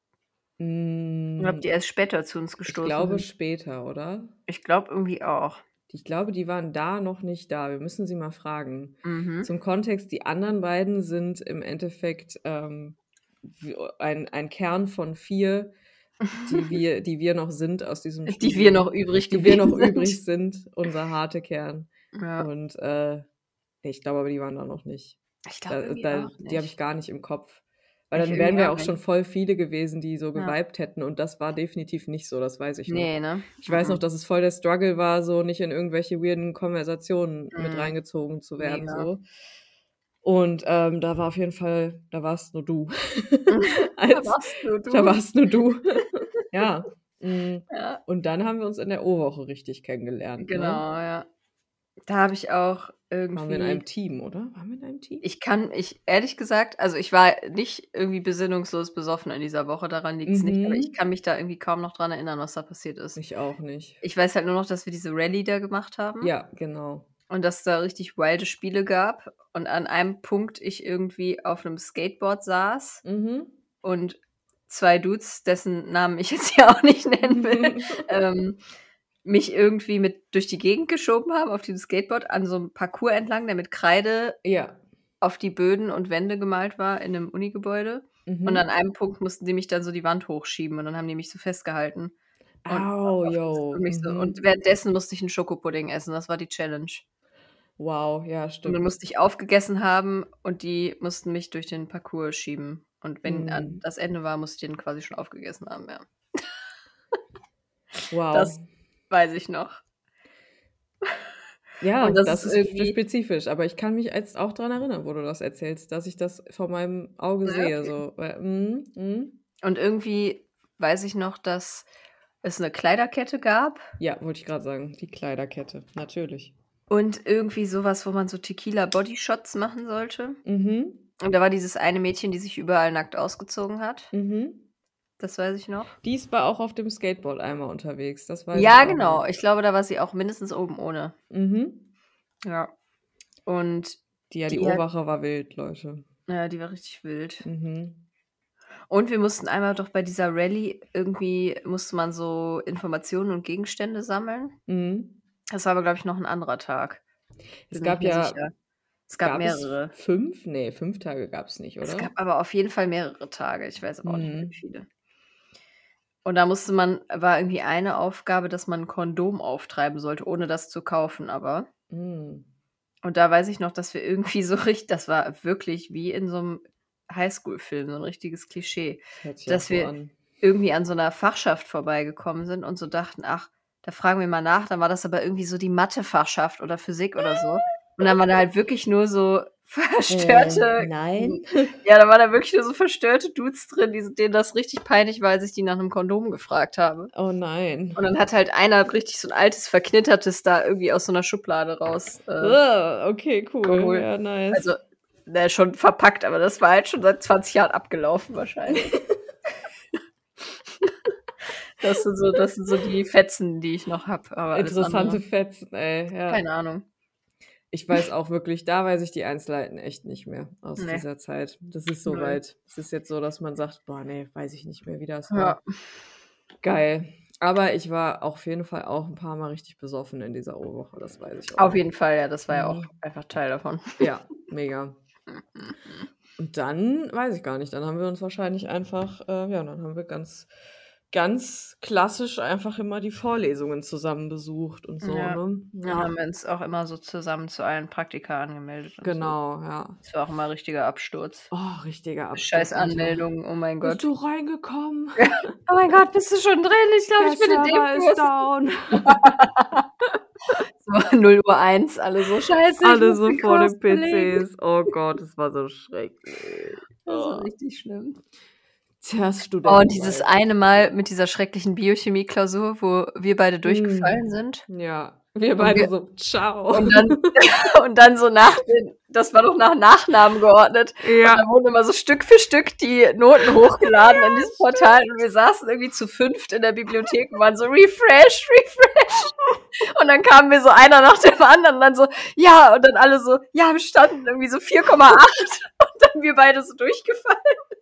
[SPEAKER 1] Oder ob die
[SPEAKER 2] Hm,
[SPEAKER 1] erst später zu uns
[SPEAKER 2] ich
[SPEAKER 1] gestoßen
[SPEAKER 2] glaube
[SPEAKER 1] sind.
[SPEAKER 2] später, oder?
[SPEAKER 1] Ich glaube irgendwie auch.
[SPEAKER 2] Ich glaube, die waren da noch nicht da. Wir müssen sie mal fragen.
[SPEAKER 1] Mhm.
[SPEAKER 2] Zum Kontext, die anderen beiden sind im Endeffekt, ähm, w ein ein Kern von vier, die wir die wir noch sind aus diesem
[SPEAKER 1] Die wir noch
[SPEAKER 2] Studium,
[SPEAKER 1] übrig
[SPEAKER 2] die wir noch
[SPEAKER 1] geblieben sind.
[SPEAKER 2] übrig sind, unser Harte-Kern.
[SPEAKER 1] Ja.
[SPEAKER 2] Und, äh, ne, ich glaube aber, die waren da noch nicht.
[SPEAKER 1] Ich glaube
[SPEAKER 2] Da
[SPEAKER 1] irgendwie
[SPEAKER 2] da
[SPEAKER 1] auch
[SPEAKER 2] die habe ich
[SPEAKER 1] nicht.
[SPEAKER 2] gar nicht im Kopf. Weil
[SPEAKER 1] Ich
[SPEAKER 2] dann
[SPEAKER 1] irgendwie
[SPEAKER 2] wären wir
[SPEAKER 1] auch
[SPEAKER 2] auch schon
[SPEAKER 1] nicht.
[SPEAKER 2] voll viele gewesen, die so
[SPEAKER 1] Ja.
[SPEAKER 2] gewibed hätten und das war definitiv nicht so, das weiß ich noch.
[SPEAKER 1] Ne, ne?
[SPEAKER 2] Ich weiß noch,
[SPEAKER 1] Mm-mm.
[SPEAKER 2] dass es voll der Struggle war, so nicht in irgendwelche weirden Konversationen mit
[SPEAKER 1] Mhm.
[SPEAKER 2] reingezogen zu werden
[SPEAKER 1] Mega.
[SPEAKER 2] so. Und, ähm, da war auf jeden Fall da warst nur du.
[SPEAKER 1] Da
[SPEAKER 2] Als
[SPEAKER 1] warst nur
[SPEAKER 2] da
[SPEAKER 1] du.
[SPEAKER 2] warst nur du. Ja, hm,
[SPEAKER 1] Ja.
[SPEAKER 2] und dann haben wir uns in der O-Woche richtig kennengelernt, ne?
[SPEAKER 1] Genau, ja. Da habe ich auch
[SPEAKER 2] Waren wir in
[SPEAKER 1] irgendwie
[SPEAKER 2] einem Team, oder? Waren wir in einem Team?
[SPEAKER 1] Ich kann ich ehrlich gesagt also, ich war nicht irgendwie besinnungslos besoffen in dieser Woche, daran liegt's nicht, aber ich
[SPEAKER 2] Mhm.
[SPEAKER 1] kann mich da irgendwie kaum noch dran erinnern, was da passiert ist.
[SPEAKER 2] Ich auch nicht.
[SPEAKER 1] Ich weiß halt nur noch, dass wir diese Rallye da gemacht haben
[SPEAKER 2] Ja, genau.
[SPEAKER 1] und dass da richtig wilde Spiele gab und an einem Punkt ich irgendwie auf 'nem Skateboard saß
[SPEAKER 2] Mhm.
[SPEAKER 1] und zwei Dudes, dessen Namen ich jetzt hier auch nicht nennen will, ähm, mich irgendwie mit durch die Gegend geschoben haben auf diesem Skateboard an so 'm Parcours entlang, der mit Kreide
[SPEAKER 2] Ja.
[SPEAKER 1] auf die Böden und Wände gemalt war in 'nem Unigebäude. Und an
[SPEAKER 2] Mhm.
[SPEAKER 1] einem Punkt mussten die mich dann so die Wand hochschieben und dann haben die mich so festgehalten und
[SPEAKER 2] Au,
[SPEAKER 1] auf das
[SPEAKER 2] jo,
[SPEAKER 1] und mich so und
[SPEAKER 2] mhm.
[SPEAKER 1] währenddessen musste ich 'n Schokopudding essen, das war die Challenge.
[SPEAKER 2] Wow, ja,
[SPEAKER 1] Und dann
[SPEAKER 2] stimmt.
[SPEAKER 1] musste ich aufgegessen haben und die mussten mich durch den Parcours schieben. Und wenn an
[SPEAKER 2] Mhm.
[SPEAKER 1] das Ende war, musste ich den quasi schon aufgegessen haben, ja. Das
[SPEAKER 2] Wow.
[SPEAKER 1] weiß ich noch.
[SPEAKER 2] Ja,
[SPEAKER 1] Und das
[SPEAKER 2] das
[SPEAKER 1] ist
[SPEAKER 2] ist sp
[SPEAKER 1] irgendwie
[SPEAKER 2] spezifisch, aber ich kann mich jetzt auch dran erinnern, wo du das erzählst, dass ich das vor meinem Auge
[SPEAKER 1] Ja,
[SPEAKER 2] sehe,
[SPEAKER 1] okay.
[SPEAKER 2] so, weil mhm, mhm.
[SPEAKER 1] Und irgendwie weiß ich noch, dass es 'ne Kleiderkette gab.
[SPEAKER 2] Ja, wollte ich grad sagen, die Kleiderkette, natürlich.
[SPEAKER 1] Und irgendwie so was, wo man so Tequila Bodyshots machen sollte.
[SPEAKER 2] Mhm.
[SPEAKER 1] Und da war dieses eine Mädchen, die sich überall nackt ausgezogen hat.
[SPEAKER 2] Mhm.
[SPEAKER 1] Das weiß ich noch.
[SPEAKER 2] Dies war auch auf dem Skateboard einmal unterwegs, das weiß ich
[SPEAKER 1] Ja,
[SPEAKER 2] auch noch.
[SPEAKER 1] genau. Ich glaube, da war sie auch mindestens oben ohne.
[SPEAKER 2] Mhm.
[SPEAKER 1] Ja. Und
[SPEAKER 2] Die ja, die
[SPEAKER 1] die hat
[SPEAKER 2] O-Wache war wild, Leute.
[SPEAKER 1] Ja, die war richtig wild.
[SPEAKER 2] Mhm.
[SPEAKER 1] Und wir mussten einmal doch bei dieser Rallye irgendwie musste man so Informationen und Gegenstände sammeln.
[SPEAKER 2] Mhm.
[SPEAKER 1] Das war aber, glaube ich, noch 'n anderer Tag.
[SPEAKER 2] Es
[SPEAKER 1] Bin mir nicht
[SPEAKER 2] gab
[SPEAKER 1] mehr
[SPEAKER 2] ja
[SPEAKER 1] sicher. Es gab
[SPEAKER 2] gab es
[SPEAKER 1] mehrere.
[SPEAKER 2] fünf? Ne, fünf Tage gab's nicht,
[SPEAKER 1] Es gab
[SPEAKER 2] oder?
[SPEAKER 1] aber auf jeden Fall mehrere Tage. Ich weiß aber auch nicht mehr, wie
[SPEAKER 2] Mhm.
[SPEAKER 1] viele. Und da musste man war irgendwie eine Aufgabe, dass man 'n Kondom auftreiben sollte, ohne das zu kaufen aber.
[SPEAKER 2] Mhm.
[SPEAKER 1] Und da weiß ich noch, dass wir irgendwie so rich das war wirklich wie in so 'nem Highschool-Film, so 'n richtiges Klischee,
[SPEAKER 2] Das hört sich auch
[SPEAKER 1] dass
[SPEAKER 2] so
[SPEAKER 1] wir
[SPEAKER 2] an.
[SPEAKER 1] irgendwie an so 'ner Fachschaft vorbeigekommen sind und so dachten: „Ach, da fragen wir mal nach.“ Dann war das aber irgendwie so die Mathe-Fachschaft oder Physik oder so. Und dann waren da halt wirklich nur so
[SPEAKER 2] Äh,
[SPEAKER 1] verstörte
[SPEAKER 2] nein.
[SPEAKER 1] hm, ja, da waren da wirklich nur so verstörte Dudes drin, die s denen das richtig peinlich war, als ich die nach 'nem Kondom gefragt habe.
[SPEAKER 2] Oh nein.
[SPEAKER 1] Und dann hat halt einer richtig so 'n altes, verknittertes da irgendwie aus so 'ner Schublade raus, äh
[SPEAKER 2] Okay, cool.
[SPEAKER 1] geholt.
[SPEAKER 2] Ja, nice.
[SPEAKER 1] Also, ne, schon verpackt, aber das war halt schon seit zwanzig Jahren abgelaufen wahrscheinlich. Das sind so das sind so die Fetzen, die ich noch habe, aber alles
[SPEAKER 2] Interessante
[SPEAKER 1] andere
[SPEAKER 2] Fetzen, ey, ja.
[SPEAKER 1] keine Ahnung.
[SPEAKER 2] Ich weiß auch wirklich da weiß ich die Einzelheiten echt nicht mehr aus
[SPEAKER 1] Ne.
[SPEAKER 2] dieser Zeit. Das ist so
[SPEAKER 1] Null.
[SPEAKER 2] weit. Es ist jetzt so, dass man sagt: „Boah, ne, weiß ich nicht mehr, wie das
[SPEAKER 1] Ja.
[SPEAKER 2] war.“ Geil. Aber ich war auf jeden Fall auch 'n paarmal richtig besoffen in dieser O-Woche, das weiß ich auch
[SPEAKER 1] Auf
[SPEAKER 2] noch.
[SPEAKER 1] jeden Fall, ja, das war ja auch
[SPEAKER 2] Mhm.
[SPEAKER 1] einfach Teil davon.
[SPEAKER 2] Ja, mega. Und dann weiß ich gar nicht, dann haben wir uns wahrscheinlich einfach äh, ja, dann haben wir ganz ganz klassisch einfach immer die Vorlesungen zusammen besucht und so,
[SPEAKER 1] Ja.
[SPEAKER 2] ne?
[SPEAKER 1] Dann haben wir uns auch immer so zusammen zu allen Praktika angemeldet und so.
[SPEAKER 2] Genau, ja.
[SPEAKER 1] Das war auch immer richtiger Absturz.
[SPEAKER 2] Oh, richtiger
[SPEAKER 1] Scheiß
[SPEAKER 2] Absturz, Alter.
[SPEAKER 1] Anmeldung, oh mein
[SPEAKER 2] Bist
[SPEAKER 1] Gott.
[SPEAKER 2] du reingekommen?
[SPEAKER 1] Ja. Oh mein Gott, bist du schon drin? Ich glaube,
[SPEAKER 2] Der
[SPEAKER 1] ich bin in dem
[SPEAKER 2] Server ist
[SPEAKER 1] Kurs.
[SPEAKER 2] down.
[SPEAKER 1] So null Uhr eins, alle so: „Scheiße, ich
[SPEAKER 2] Alle
[SPEAKER 1] muss
[SPEAKER 2] so
[SPEAKER 1] den
[SPEAKER 2] vor
[SPEAKER 1] Kurs
[SPEAKER 2] den
[SPEAKER 1] belegen."
[SPEAKER 2] P Cs. Oh Gott, das war so schrecklich.
[SPEAKER 1] Das war
[SPEAKER 2] Oh.
[SPEAKER 1] richtig schlimm.
[SPEAKER 2] Tja,
[SPEAKER 1] Oh, und
[SPEAKER 2] Studentenlife.
[SPEAKER 1] dieses eine Mal mit dieser schrecklichen Biochemie-Klausur, wo wir beide
[SPEAKER 2] Mhm.
[SPEAKER 1] durchgefallen sind.
[SPEAKER 2] Ja, wir
[SPEAKER 1] Und
[SPEAKER 2] beide
[SPEAKER 1] wir
[SPEAKER 2] so: „Ciao."
[SPEAKER 1] und dann und dann so nach den das war doch nach Nachnamen geordnet. Und
[SPEAKER 2] Ja.
[SPEAKER 1] da wurden immer so Stück für Stück die Noten hochgeladen in dieses Portal und wir saßen irgendwie zu fünft in der Bibliothek und waren so: „Refresh, refresh." Und dann kamen wir so einer nach dem anderen und dann so: „Ja." Und dann alle so: „Ja, bestanden." Irgendwie so vier Komma acht und dann wir beide so durchgefallen.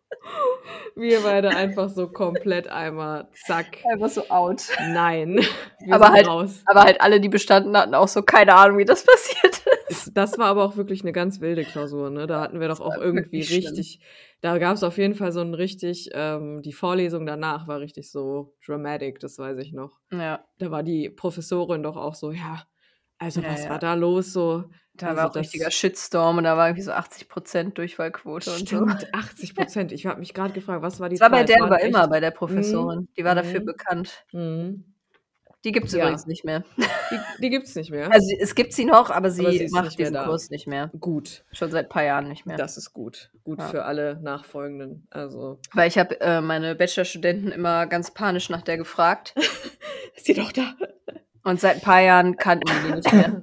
[SPEAKER 2] Wir beide einfach so komplett einmal zack.
[SPEAKER 1] Einfach so out.
[SPEAKER 2] Nein, wir
[SPEAKER 1] Aber
[SPEAKER 2] sind
[SPEAKER 1] halt
[SPEAKER 2] raus.
[SPEAKER 1] aber halt alle, die bestanden hatten, auch so keine Ahnung, wie das passiert ist.
[SPEAKER 2] Es das war aber auch wirklich 'ne ganz wilde Klausur, ne? Da hatten wir
[SPEAKER 1] Das
[SPEAKER 2] doch auch
[SPEAKER 1] war
[SPEAKER 2] irgendwie
[SPEAKER 1] wirklich schlimm.
[SPEAKER 2] richtig da gab's auf jeden Fall so 'n richtig ähm, die Vorlesung danach war richtig so dramatic, das weiß ich noch.
[SPEAKER 1] Ja.
[SPEAKER 2] Da war die Professorin doch auch so: „Ja, also
[SPEAKER 1] Ja,
[SPEAKER 2] was
[SPEAKER 1] ja.
[SPEAKER 2] war da los so?"
[SPEAKER 1] Da
[SPEAKER 2] Also
[SPEAKER 1] war auch richtiger
[SPEAKER 2] das
[SPEAKER 1] Shitstorm und da war irgendwie so achtzig Prozent Durchfallquote und so.
[SPEAKER 2] Stimmt, achtzig Prozent. Ich habe mich grad gefragt, was war die
[SPEAKER 1] Das war bei
[SPEAKER 2] Zahl? Es
[SPEAKER 1] der
[SPEAKER 2] waren
[SPEAKER 1] aber immer,
[SPEAKER 2] echt
[SPEAKER 1] bei der
[SPEAKER 2] mhm,
[SPEAKER 1] Professorin. Die war dafür
[SPEAKER 2] mhm,
[SPEAKER 1] bekannt.
[SPEAKER 2] mhm.
[SPEAKER 1] Die gibt's übrigens
[SPEAKER 2] Ja.
[SPEAKER 1] nicht mehr.
[SPEAKER 2] Die die gibt's nicht mehr?
[SPEAKER 1] Also, es gibt sie noch, aber
[SPEAKER 2] Aber sie
[SPEAKER 1] sie
[SPEAKER 2] ist
[SPEAKER 1] macht
[SPEAKER 2] nicht mehr
[SPEAKER 1] diesen
[SPEAKER 2] da.
[SPEAKER 1] Kurs nicht mehr.
[SPEAKER 2] Gut.
[SPEAKER 1] Schon seit paar Jahren nicht mehr.
[SPEAKER 2] Das ist gut. Gut
[SPEAKER 1] Ja.
[SPEAKER 2] für alle Nachfolgenden. Also
[SPEAKER 1] Weil ich habe, äh, meine Bachelorstudenten immer ganz panisch nach der gefragt.
[SPEAKER 2] Ist sie noch da?
[SPEAKER 1] Und seit 'n paar Jahren kannten die die nicht mehr.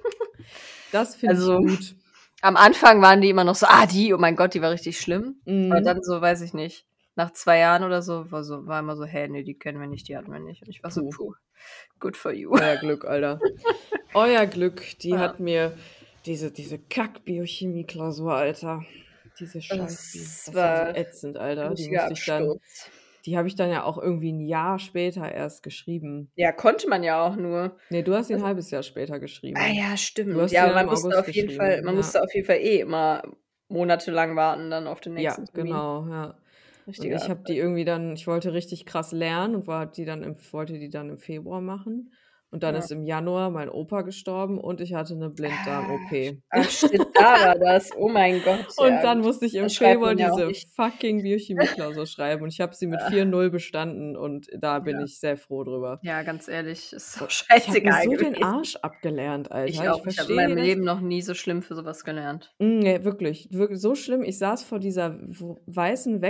[SPEAKER 2] Das finde ich
[SPEAKER 1] Also,
[SPEAKER 2] gut.
[SPEAKER 1] am Anfang waren die immer noch so: „Ah, die, oh mein Gott, die war richtig schlimm." Aber
[SPEAKER 2] Mhm.
[SPEAKER 1] dann so, weiß ich nicht, nach zwei Jahren oder so war so war immer so: „Hä, ne, die kennen wir nicht, die hatten wir nicht." Und ich war so:
[SPEAKER 2] Puh.
[SPEAKER 1] „Puh, good for you."
[SPEAKER 2] Euer Glück, Alter. Euer Glück. Die
[SPEAKER 1] Ja.
[SPEAKER 2] hat mir diese diese Kack-Biochemie-Klausur, Alter. Diese Scheiß-Bio.
[SPEAKER 1] Das
[SPEAKER 2] Das war so
[SPEAKER 1] war
[SPEAKER 2] ätzend, Alter. Die
[SPEAKER 1] richtiger
[SPEAKER 2] musste ich dann
[SPEAKER 1] Absturz.
[SPEAKER 2] die habe ich dann ja auch irgendwie 'n Jahr später erst geschrieben.
[SPEAKER 1] Ja, konnte man ja auch nur.
[SPEAKER 2] Ne, du hast sie 'n
[SPEAKER 1] Also
[SPEAKER 2] halbes Jahr später
[SPEAKER 1] Ah
[SPEAKER 2] geschrieben.
[SPEAKER 1] ja,
[SPEAKER 2] Du
[SPEAKER 1] stimmt.
[SPEAKER 2] hast sie
[SPEAKER 1] Ja, aber
[SPEAKER 2] dann
[SPEAKER 1] man
[SPEAKER 2] im
[SPEAKER 1] musste
[SPEAKER 2] August
[SPEAKER 1] auf jeden Fall
[SPEAKER 2] geschrieben,
[SPEAKER 1] man
[SPEAKER 2] ja.
[SPEAKER 1] musste auf jeden Fall eh immer monatelang warten dann auf den
[SPEAKER 2] Ja,
[SPEAKER 1] nächsten Termin.
[SPEAKER 2] genau, ja. Und
[SPEAKER 1] Richtiger
[SPEAKER 2] ich habe die
[SPEAKER 1] Abfuck.
[SPEAKER 2] irgendwie dann ich wollte richtig krass lernen und war die dann im wollte die dann im Februar machen. Und dann
[SPEAKER 1] Ja.
[SPEAKER 2] ist im Januar mein Opa gestorben und ich hatte 'ne
[SPEAKER 1] Ah, sch
[SPEAKER 2] Blinddarm-OP.
[SPEAKER 1] ach shit, da war das. Oh mein Gott,
[SPEAKER 2] Und
[SPEAKER 1] ja
[SPEAKER 2] dann
[SPEAKER 1] gut.
[SPEAKER 2] musste ich im
[SPEAKER 1] Das schreibt
[SPEAKER 2] Februar
[SPEAKER 1] man ja auch
[SPEAKER 2] diese
[SPEAKER 1] nicht.
[SPEAKER 2] fucking Biochemie-Klausur schreiben und ich habe sie mit
[SPEAKER 1] Ah.
[SPEAKER 2] vier null bestanden und da bin
[SPEAKER 1] Ja.
[SPEAKER 2] ich sehr froh drüber.
[SPEAKER 1] Ja, ganz ehrlich, ist
[SPEAKER 2] O
[SPEAKER 1] doch
[SPEAKER 2] ich habe mir
[SPEAKER 1] scheißegal
[SPEAKER 2] so den
[SPEAKER 1] gewesen.
[SPEAKER 2] Arsch abgelernt, Alter.
[SPEAKER 1] Ich
[SPEAKER 2] Ich
[SPEAKER 1] auch. Ich habe in
[SPEAKER 2] verstehe
[SPEAKER 1] meinem
[SPEAKER 2] das
[SPEAKER 1] Leben noch nie so schlimm für so was gelernt.
[SPEAKER 2] Hm, ne, wirklich, wirk so schlimm. Ich saß vor dieser w weißen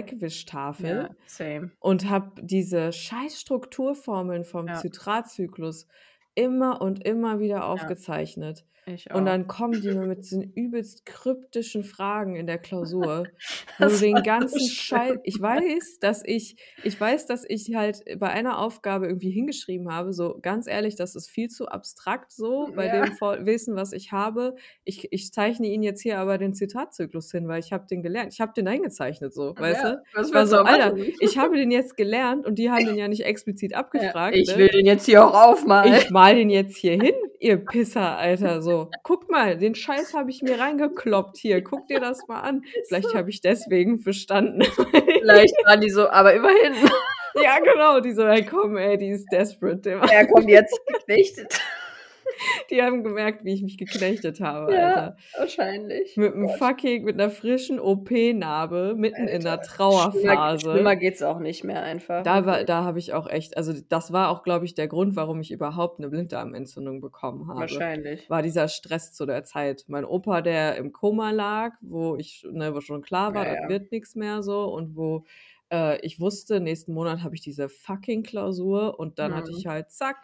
[SPEAKER 1] Ja,
[SPEAKER 2] Wegwischtafel
[SPEAKER 1] same.
[SPEAKER 2] und habe diese scheiß Strukturformeln vom
[SPEAKER 1] Ja.
[SPEAKER 2] Zitratzyklus immer und immer wieder
[SPEAKER 1] Ja.
[SPEAKER 2] aufgezeichnet.
[SPEAKER 1] Ich
[SPEAKER 2] Und
[SPEAKER 1] auch.
[SPEAKER 2] dann kommen die mir mit diesen übelst kryptischen Fragen in der Klausur, wo du
[SPEAKER 1] Das
[SPEAKER 2] den
[SPEAKER 1] war so
[SPEAKER 2] ganzen Schei
[SPEAKER 1] schlimm.
[SPEAKER 2] ich weiß, dass ich ich weiß, dass ich halt bei einer Aufgabe irgendwie hingeschrieben habe, so: „Ganz ehrlich, das ist viel zu abstrakt so
[SPEAKER 1] Hm,
[SPEAKER 2] bei
[SPEAKER 1] ja.
[SPEAKER 2] dem Vor Wissen, was ich habe. Ich ich zeichne Ihnen jetzt hier aber den Zitratzyklus hin, weil ich habe den gelernt." Ich habe den da hingezeichnet so, weißt
[SPEAKER 1] Ja,
[SPEAKER 2] du?
[SPEAKER 1] was
[SPEAKER 2] Ich war
[SPEAKER 1] willst du
[SPEAKER 2] so:
[SPEAKER 1] auch
[SPEAKER 2] „Alter,
[SPEAKER 1] machen?
[SPEAKER 2] ich habe den jetzt gelernt und die haben den ja nicht explizit
[SPEAKER 1] Ja,
[SPEAKER 2] abgefragt,
[SPEAKER 1] ich
[SPEAKER 2] ne?
[SPEAKER 1] will den jetzt hier auch aufmalen.
[SPEAKER 2] Ich male den jetzt hier hin, ihr Pisser, Alter, so. Guck mal, den Scheiß habe ich mir reingekloppt hier. Guck dir das mal an."
[SPEAKER 1] Ist
[SPEAKER 2] Vielleicht
[SPEAKER 1] so.
[SPEAKER 2] habe ich deswegen bestanden.
[SPEAKER 1] Vielleicht waren die so: „Aber immerhin."
[SPEAKER 2] Ja, genau, die so: „Ey, komm, ey, die ist desperate."
[SPEAKER 1] Ja, komm, die hat sich geknechtet.
[SPEAKER 2] Die haben gemerkt, wie ich mich geknechtet habe,
[SPEAKER 1] Ja,
[SPEAKER 2] Alter.
[SPEAKER 1] wahrscheinlich. Oh
[SPEAKER 2] Mit 'm
[SPEAKER 1] Gott.
[SPEAKER 2] fucking mit 'ner frischen O P-Narbe mitten in
[SPEAKER 1] Alter,
[SPEAKER 2] der
[SPEAKER 1] schlimmer
[SPEAKER 2] Trauerphase.
[SPEAKER 1] schlimmer geht's auch nicht mehr einfach,
[SPEAKER 2] Da war
[SPEAKER 1] wirklich.
[SPEAKER 2] da habe ich auch echt also, das war auch, glaube ich, der Grund, warum ich überhaupt 'ne Blinddarmentzündung bekommen habe,
[SPEAKER 1] Wahrscheinlich.
[SPEAKER 2] war dieser Stress zu der Zeit. Mein Opa, der im Koma lag, wo ich ne, wo schon klar war,
[SPEAKER 1] Ja,
[SPEAKER 2] das
[SPEAKER 1] ja.
[SPEAKER 2] wird nix mehr so und wo, äh, ich wusste, nächsten Monat habe ich diese fucking Klausur und dann hatte
[SPEAKER 1] Mhm.
[SPEAKER 2] ich halt zack,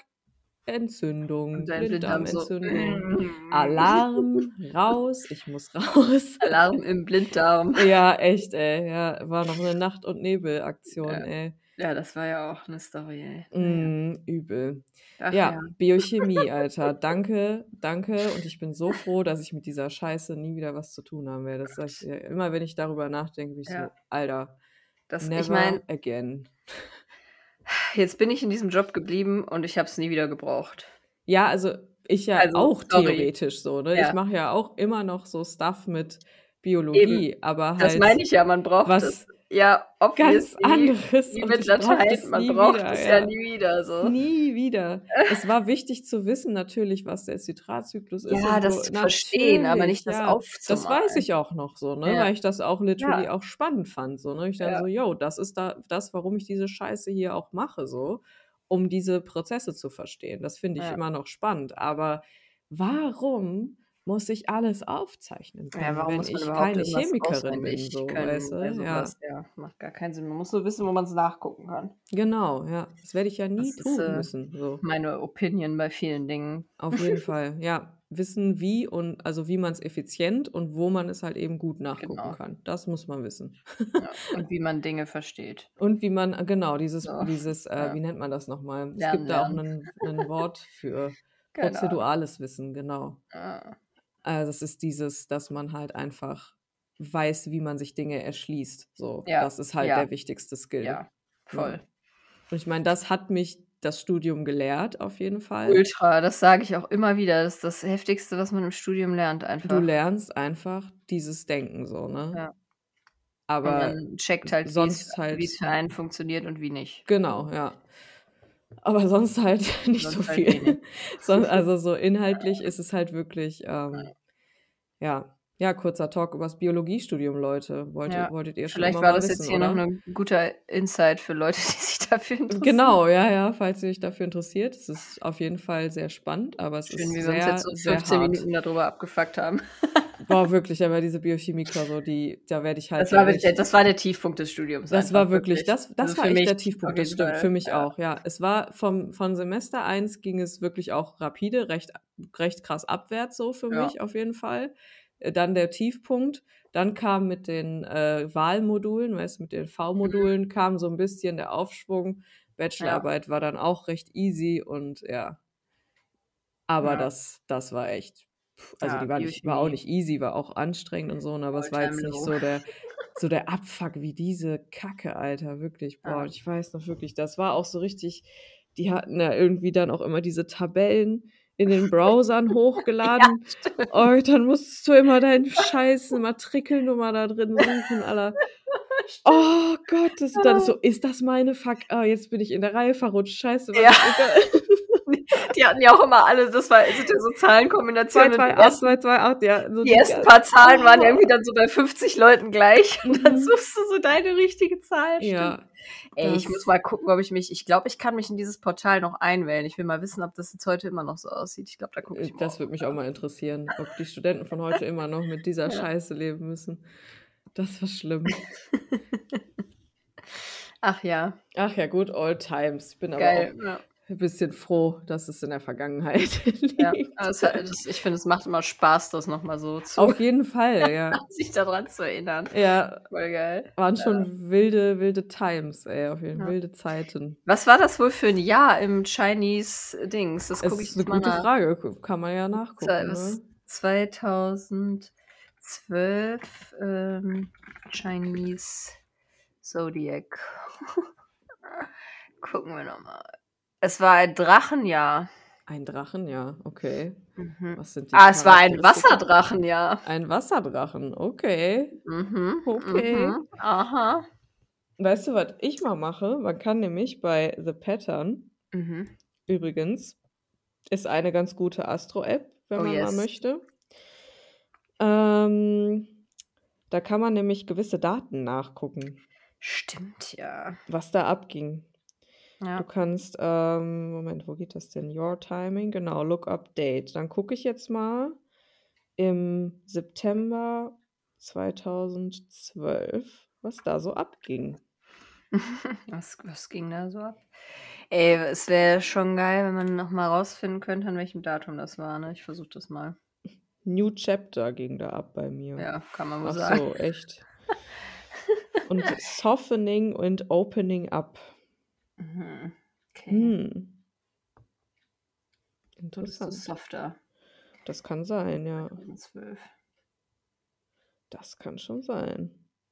[SPEAKER 1] Und
[SPEAKER 2] Entzündung,
[SPEAKER 1] dein Blinddarm so:
[SPEAKER 2] Blinddarmentzündung,
[SPEAKER 1] „Mm."
[SPEAKER 2] Alarm, raus, ich muss raus.
[SPEAKER 1] Alarm im Blinddarm.
[SPEAKER 2] Ja, echt, ey, ja, war noch 'ne Nacht und Nebel-Aktion,
[SPEAKER 1] Ja.
[SPEAKER 2] ey.
[SPEAKER 1] Ja, das war ja auch 'ne Story, ey. Na ja.
[SPEAKER 2] Mhm, übel.
[SPEAKER 1] Ach ja.
[SPEAKER 2] Ja, Biochemie, Alter. Danke, danke und ich bin so froh, dass ich mit dieser Scheiße nie wieder was zu tun haben werde. Das sage ich dir immer, wenn ich darüber nachdenke, bin ich
[SPEAKER 1] Ja.
[SPEAKER 2] so: „Alter,
[SPEAKER 1] Das ich
[SPEAKER 2] never
[SPEAKER 1] meine
[SPEAKER 2] again."
[SPEAKER 1] jetzt bin ich in diesem Job geblieben und ich habe es nie wieder gebraucht.
[SPEAKER 2] Ja, also, ich ja
[SPEAKER 1] Also,
[SPEAKER 2] auch
[SPEAKER 1] sorry.
[SPEAKER 2] theoretisch so, ne? Ich
[SPEAKER 1] Ja.
[SPEAKER 2] mache ja auch immer noch so Stuff mit
[SPEAKER 1] Eben.
[SPEAKER 2] Biologie, aber
[SPEAKER 1] Das
[SPEAKER 2] halt
[SPEAKER 1] meine ich ja, man braucht
[SPEAKER 2] was
[SPEAKER 1] es. Ja,
[SPEAKER 2] Ganz
[SPEAKER 1] obviously,
[SPEAKER 2] anderes
[SPEAKER 1] wie
[SPEAKER 2] und
[SPEAKER 1] mit
[SPEAKER 2] ich brauche
[SPEAKER 1] Latein,
[SPEAKER 2] das
[SPEAKER 1] man
[SPEAKER 2] nie
[SPEAKER 1] braucht
[SPEAKER 2] wieder,
[SPEAKER 1] es ja
[SPEAKER 2] ja.
[SPEAKER 1] nie wieder so.
[SPEAKER 2] Nie wieder. Es war wichtig zu wissen natürlich, was der Zitratzyklus ist
[SPEAKER 1] Ja,
[SPEAKER 2] und
[SPEAKER 1] das
[SPEAKER 2] so.
[SPEAKER 1] zu verstehen, aber
[SPEAKER 2] Natürlich,
[SPEAKER 1] nicht das
[SPEAKER 2] ja. Das weiß
[SPEAKER 1] aufzumalen.
[SPEAKER 2] ich auch noch so, ne,
[SPEAKER 1] Ja.
[SPEAKER 2] weil ich das auch literally
[SPEAKER 1] Ja.
[SPEAKER 2] auch spannend fand so, ne? Ich dann
[SPEAKER 1] Ja.
[SPEAKER 2] so: „Jo, das ist da das, warum ich diese Scheiße hier auch mache so, um diese Prozesse zu verstehen.“ Das finde ich
[SPEAKER 1] Ja.
[SPEAKER 2] immer noch spannend. Aber warum muss ich alles aufzeichnen
[SPEAKER 1] Ja,
[SPEAKER 2] können,
[SPEAKER 1] warum
[SPEAKER 2] wenn
[SPEAKER 1] muss man
[SPEAKER 2] ich
[SPEAKER 1] überhaupt
[SPEAKER 2] keine
[SPEAKER 1] irgendwas
[SPEAKER 2] Chemikerin bin
[SPEAKER 1] auswendig
[SPEAKER 2] so, weißt
[SPEAKER 1] können bei
[SPEAKER 2] du?
[SPEAKER 1] so was?
[SPEAKER 2] Ja.
[SPEAKER 1] Ja, macht gar keinen Sinn. Man muss nur wissen, wo man's nachgucken kann.
[SPEAKER 2] Genau, ja. Das werde ich ja nie
[SPEAKER 1] Das ist,
[SPEAKER 2] tun
[SPEAKER 1] äh,
[SPEAKER 2] müssen, so.
[SPEAKER 1] meine Opinion bei vielen Dingen.
[SPEAKER 2] Auf jeden Fall, ja. Wissen, wie und also, wie man's effizient und wo man es halt eben gut nachgucken
[SPEAKER 1] Genau.
[SPEAKER 2] kann. Das muss man wissen.
[SPEAKER 1] Ja, und wie man Dinge versteht.
[SPEAKER 2] Und wie man äh, genau, dieses
[SPEAKER 1] So,
[SPEAKER 2] dieses, äh,
[SPEAKER 1] ja.
[SPEAKER 2] wie nennt man das noch mal? Es
[SPEAKER 1] Lernen,
[SPEAKER 2] gibt da auch
[SPEAKER 1] lernen.
[SPEAKER 2] 'nen 'nen Wort für.
[SPEAKER 1] Keine Ahnung.
[SPEAKER 2] Prozedurales Wissen, genau.
[SPEAKER 1] Ah.
[SPEAKER 2] Also, es ist dieses, dass man halt einfach weiß, wie man sich Dinge erschließt, so.
[SPEAKER 1] Ja,
[SPEAKER 2] Das ist halt
[SPEAKER 1] ja.
[SPEAKER 2] der wichtigste Skill,
[SPEAKER 1] Ja,
[SPEAKER 2] ne?
[SPEAKER 1] voll.
[SPEAKER 2] Und ich meine, das hat mich das Studium gelehrt auf jeden Fall.
[SPEAKER 1] Ultra, das sage ich auch immer wieder. Das ist das Heftigste, was man im Studium lernt
[SPEAKER 2] Du
[SPEAKER 1] einfach.
[SPEAKER 2] lernst einfach dieses Denken so, ne?
[SPEAKER 1] Ja. Und
[SPEAKER 2] Aber
[SPEAKER 1] man checkt
[SPEAKER 2] s
[SPEAKER 1] halt, wie's
[SPEAKER 2] sonst
[SPEAKER 1] wie's
[SPEAKER 2] halt
[SPEAKER 1] für einen funktioniert und wie nicht.
[SPEAKER 2] Genau, ja. Aber sonst halt nicht so
[SPEAKER 1] Sonst halt wenig.
[SPEAKER 2] viel. Son also, so inhaltlich ist es halt wirklich,
[SPEAKER 1] Ja.
[SPEAKER 2] ähm ja. Ja, kurzer Talk übers Biologiestudium, Leute. Wollte
[SPEAKER 1] Ja,
[SPEAKER 2] wolltet ihr schon
[SPEAKER 1] vielleicht
[SPEAKER 2] immer
[SPEAKER 1] war
[SPEAKER 2] mal
[SPEAKER 1] das jetzt
[SPEAKER 2] wissen,
[SPEAKER 1] hier noch
[SPEAKER 2] oder?
[SPEAKER 1] 'ne guter Insight für Leute, die sich dafür interessieren.
[SPEAKER 2] Genau, ja, ja, falls ihr euch dafür interessiert. Es ist auf jeden Fall sehr spannend, aber es
[SPEAKER 1] Schön,
[SPEAKER 2] ist
[SPEAKER 1] wie wir uns jetzt
[SPEAKER 2] sehr,
[SPEAKER 1] so
[SPEAKER 2] sehr
[SPEAKER 1] fünfzehn
[SPEAKER 2] hart.
[SPEAKER 1] Minuten da drüber abgefuckt haben.
[SPEAKER 2] Boah, wirklich, aber diese Biochemie-Klausur, die da werde ich halt
[SPEAKER 1] Das war
[SPEAKER 2] ja
[SPEAKER 1] wirklich der
[SPEAKER 2] echt
[SPEAKER 1] das war der Tiefpunkt des Studiums
[SPEAKER 2] Das
[SPEAKER 1] einfach,
[SPEAKER 2] war wirklich
[SPEAKER 1] wirklich.
[SPEAKER 2] das
[SPEAKER 1] Also,
[SPEAKER 2] das war
[SPEAKER 1] für
[SPEAKER 2] echt
[SPEAKER 1] mich
[SPEAKER 2] der
[SPEAKER 1] auf
[SPEAKER 2] Tiefpunkt, das
[SPEAKER 1] jeden
[SPEAKER 2] stimmt, für
[SPEAKER 1] Fall,
[SPEAKER 2] mich
[SPEAKER 1] ja.
[SPEAKER 2] auch, ja. Es war vom von Semester eins ging es wirklich auch rapide, recht recht krass abwärts so für
[SPEAKER 1] Ja.
[SPEAKER 2] mich auf jeden Fall. Äh, dann der Tiefpunkt. Dann kam mit den, äh, Wahlmodulen, weißt du, mit den
[SPEAKER 1] Mhm.
[SPEAKER 2] V-Modulen kam so 'n bisschen der Aufschwung.
[SPEAKER 1] Ja.
[SPEAKER 2] Bachelorarbeit war dann auch recht easy und ja. Aber
[SPEAKER 1] Ja.
[SPEAKER 2] das das war echt also,
[SPEAKER 1] Ja,
[SPEAKER 2] die war nicht war auch
[SPEAKER 1] Biochemie.
[SPEAKER 2] nicht easy, war auch anstrengend und so, ne, aber
[SPEAKER 1] All
[SPEAKER 2] es war
[SPEAKER 1] time
[SPEAKER 2] jetzt nicht
[SPEAKER 1] low.
[SPEAKER 2] so der so der Abfuck wie diese Kacke, Alter, wirklich. Boah,
[SPEAKER 1] Ja.
[SPEAKER 2] ich weiß noch wirklich, das war auch so richtig die hatten ja irgendwie dann auch immer diese Tabellen in den Browsern
[SPEAKER 1] Ja,
[SPEAKER 2] hochgeladen.
[SPEAKER 1] stimmt.
[SPEAKER 2] Oh, dann musstest du immer deine scheiß Matrikelnummer da drin suchen, Alter.
[SPEAKER 1] Stimmt.
[SPEAKER 2] Oh Gott, das dann
[SPEAKER 1] Ah.
[SPEAKER 2] so: „Ist das meine Fuck ah, jetzt bin ich in der Reihe verrutscht. Scheiße, was
[SPEAKER 1] Ja.
[SPEAKER 2] ist denn da?“
[SPEAKER 1] Die hatten ja auch immer alle das war sind ja so
[SPEAKER 2] zwei
[SPEAKER 1] Zahlenkombinationen und
[SPEAKER 2] zwei
[SPEAKER 1] die
[SPEAKER 2] acht
[SPEAKER 1] ersten
[SPEAKER 2] zwei zwei acht, ja, so
[SPEAKER 1] die
[SPEAKER 2] die
[SPEAKER 1] ersten
[SPEAKER 2] ga
[SPEAKER 1] paar Zahlen waren ja irgendwie
[SPEAKER 2] oh.
[SPEAKER 1] dann so bei fünfzig Leuten gleich und dann
[SPEAKER 2] Mhm.
[SPEAKER 1] suchst du so deine richtige Zahl, stimmt.
[SPEAKER 2] Ja,
[SPEAKER 1] Ey, ich muss
[SPEAKER 2] das
[SPEAKER 1] mal gucken, ob ich mich ich glaube, ich kann mich in dieses Portal noch einwählen. Ich will mal wissen, ob das jetzt heute immer noch so aussieht. Ich glaube, da gucke
[SPEAKER 2] Äh,
[SPEAKER 1] ich
[SPEAKER 2] das
[SPEAKER 1] morgen
[SPEAKER 2] würde mich auch
[SPEAKER 1] mal.
[SPEAKER 2] mal interessieren, ob die Studenten von heute immer noch mit dieser
[SPEAKER 1] Ja.
[SPEAKER 2] Scheiße leben müssen. Das war schlimm.
[SPEAKER 1] Ach ja.
[SPEAKER 2] Ach ja, good old times. Ich bin aber
[SPEAKER 1] Geil,
[SPEAKER 2] auch
[SPEAKER 1] ja.
[SPEAKER 2] 'n bisschen froh, dass es in der Vergangenheit
[SPEAKER 1] Ja,
[SPEAKER 2] liegt.
[SPEAKER 1] aber es hat das ich finde, es macht immer Spaß, das noch mal so zu
[SPEAKER 2] Auf jeden Fall, ja.
[SPEAKER 1] sich da dran zu erinnern.
[SPEAKER 2] Ja,
[SPEAKER 1] Voll geil.
[SPEAKER 2] waren
[SPEAKER 1] Ja.
[SPEAKER 2] schon wilde wilde Times, ey, auf jeden
[SPEAKER 1] Ja.
[SPEAKER 2] wilde Zeiten.
[SPEAKER 1] Was war das wohl für 'n Jahr im Chinese Dings? Das gucke
[SPEAKER 2] Es
[SPEAKER 1] ich
[SPEAKER 2] ist 'ne
[SPEAKER 1] jetzt mal
[SPEAKER 2] gute
[SPEAKER 1] nach.
[SPEAKER 2] Frage, k kann man ja
[SPEAKER 1] Zwei
[SPEAKER 2] nachgucken, ne?
[SPEAKER 1] was zweitausendzwölf, ähm, Chinese Zodiac. Gucken wir noch mal. Es war ein Drachenjahr.
[SPEAKER 2] Ein Drachenjahr, okay.
[SPEAKER 1] Mhm.
[SPEAKER 2] Was sind die
[SPEAKER 1] Ah, es war ein
[SPEAKER 2] Charakteristika?
[SPEAKER 1] Wasserdrachenjahr.
[SPEAKER 2] Ein Wasserdrachen, okay.
[SPEAKER 1] Mhm,
[SPEAKER 2] Okay.
[SPEAKER 1] mhm, aha.
[SPEAKER 2] Weißt du, was ich mal mache? Man kann nämlich bei The Pattern
[SPEAKER 1] Mhm.
[SPEAKER 2] übrigens ist eine ganz gute Astro-App, wenn
[SPEAKER 1] Oh
[SPEAKER 2] man mal
[SPEAKER 1] yes.
[SPEAKER 2] möchte. Ähm, da kann man nämlich gewisse Daten nachgucken.
[SPEAKER 1] Stimmt, ja.
[SPEAKER 2] Was da abging. Du
[SPEAKER 1] Ja.
[SPEAKER 2] kannst, ähm Moment, wo geht das denn? Your Timing, genau, Look Up Date. Dann gucke ich jetzt mal im September zweitausendzwölf, was da so abging.
[SPEAKER 1] Was was ging da so ab? Ey, es wäre schon geil, wenn man noch mal rausfinden könnte, an welchem Datum das war, ne? Ich versuche das mal.
[SPEAKER 2] New Chapter ging da ab bei mir.
[SPEAKER 1] Ja, kann man wohl
[SPEAKER 2] Ach
[SPEAKER 1] sagen.
[SPEAKER 2] so, echt? Und Softening und Opening Up.
[SPEAKER 1] Mhm, okay.
[SPEAKER 2] Hm.
[SPEAKER 1] Wurdest du
[SPEAKER 2] Interessant.
[SPEAKER 1] softer?
[SPEAKER 2] Das kann sein, ja.
[SPEAKER 1] zweitausendzwölf.
[SPEAKER 2] Das kann schon sein.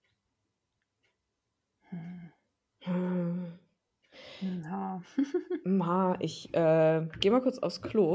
[SPEAKER 1] Hm.
[SPEAKER 2] Hm.
[SPEAKER 1] Ja.
[SPEAKER 2] Ma, ich, äh, gehe mal kurz aufs Klo.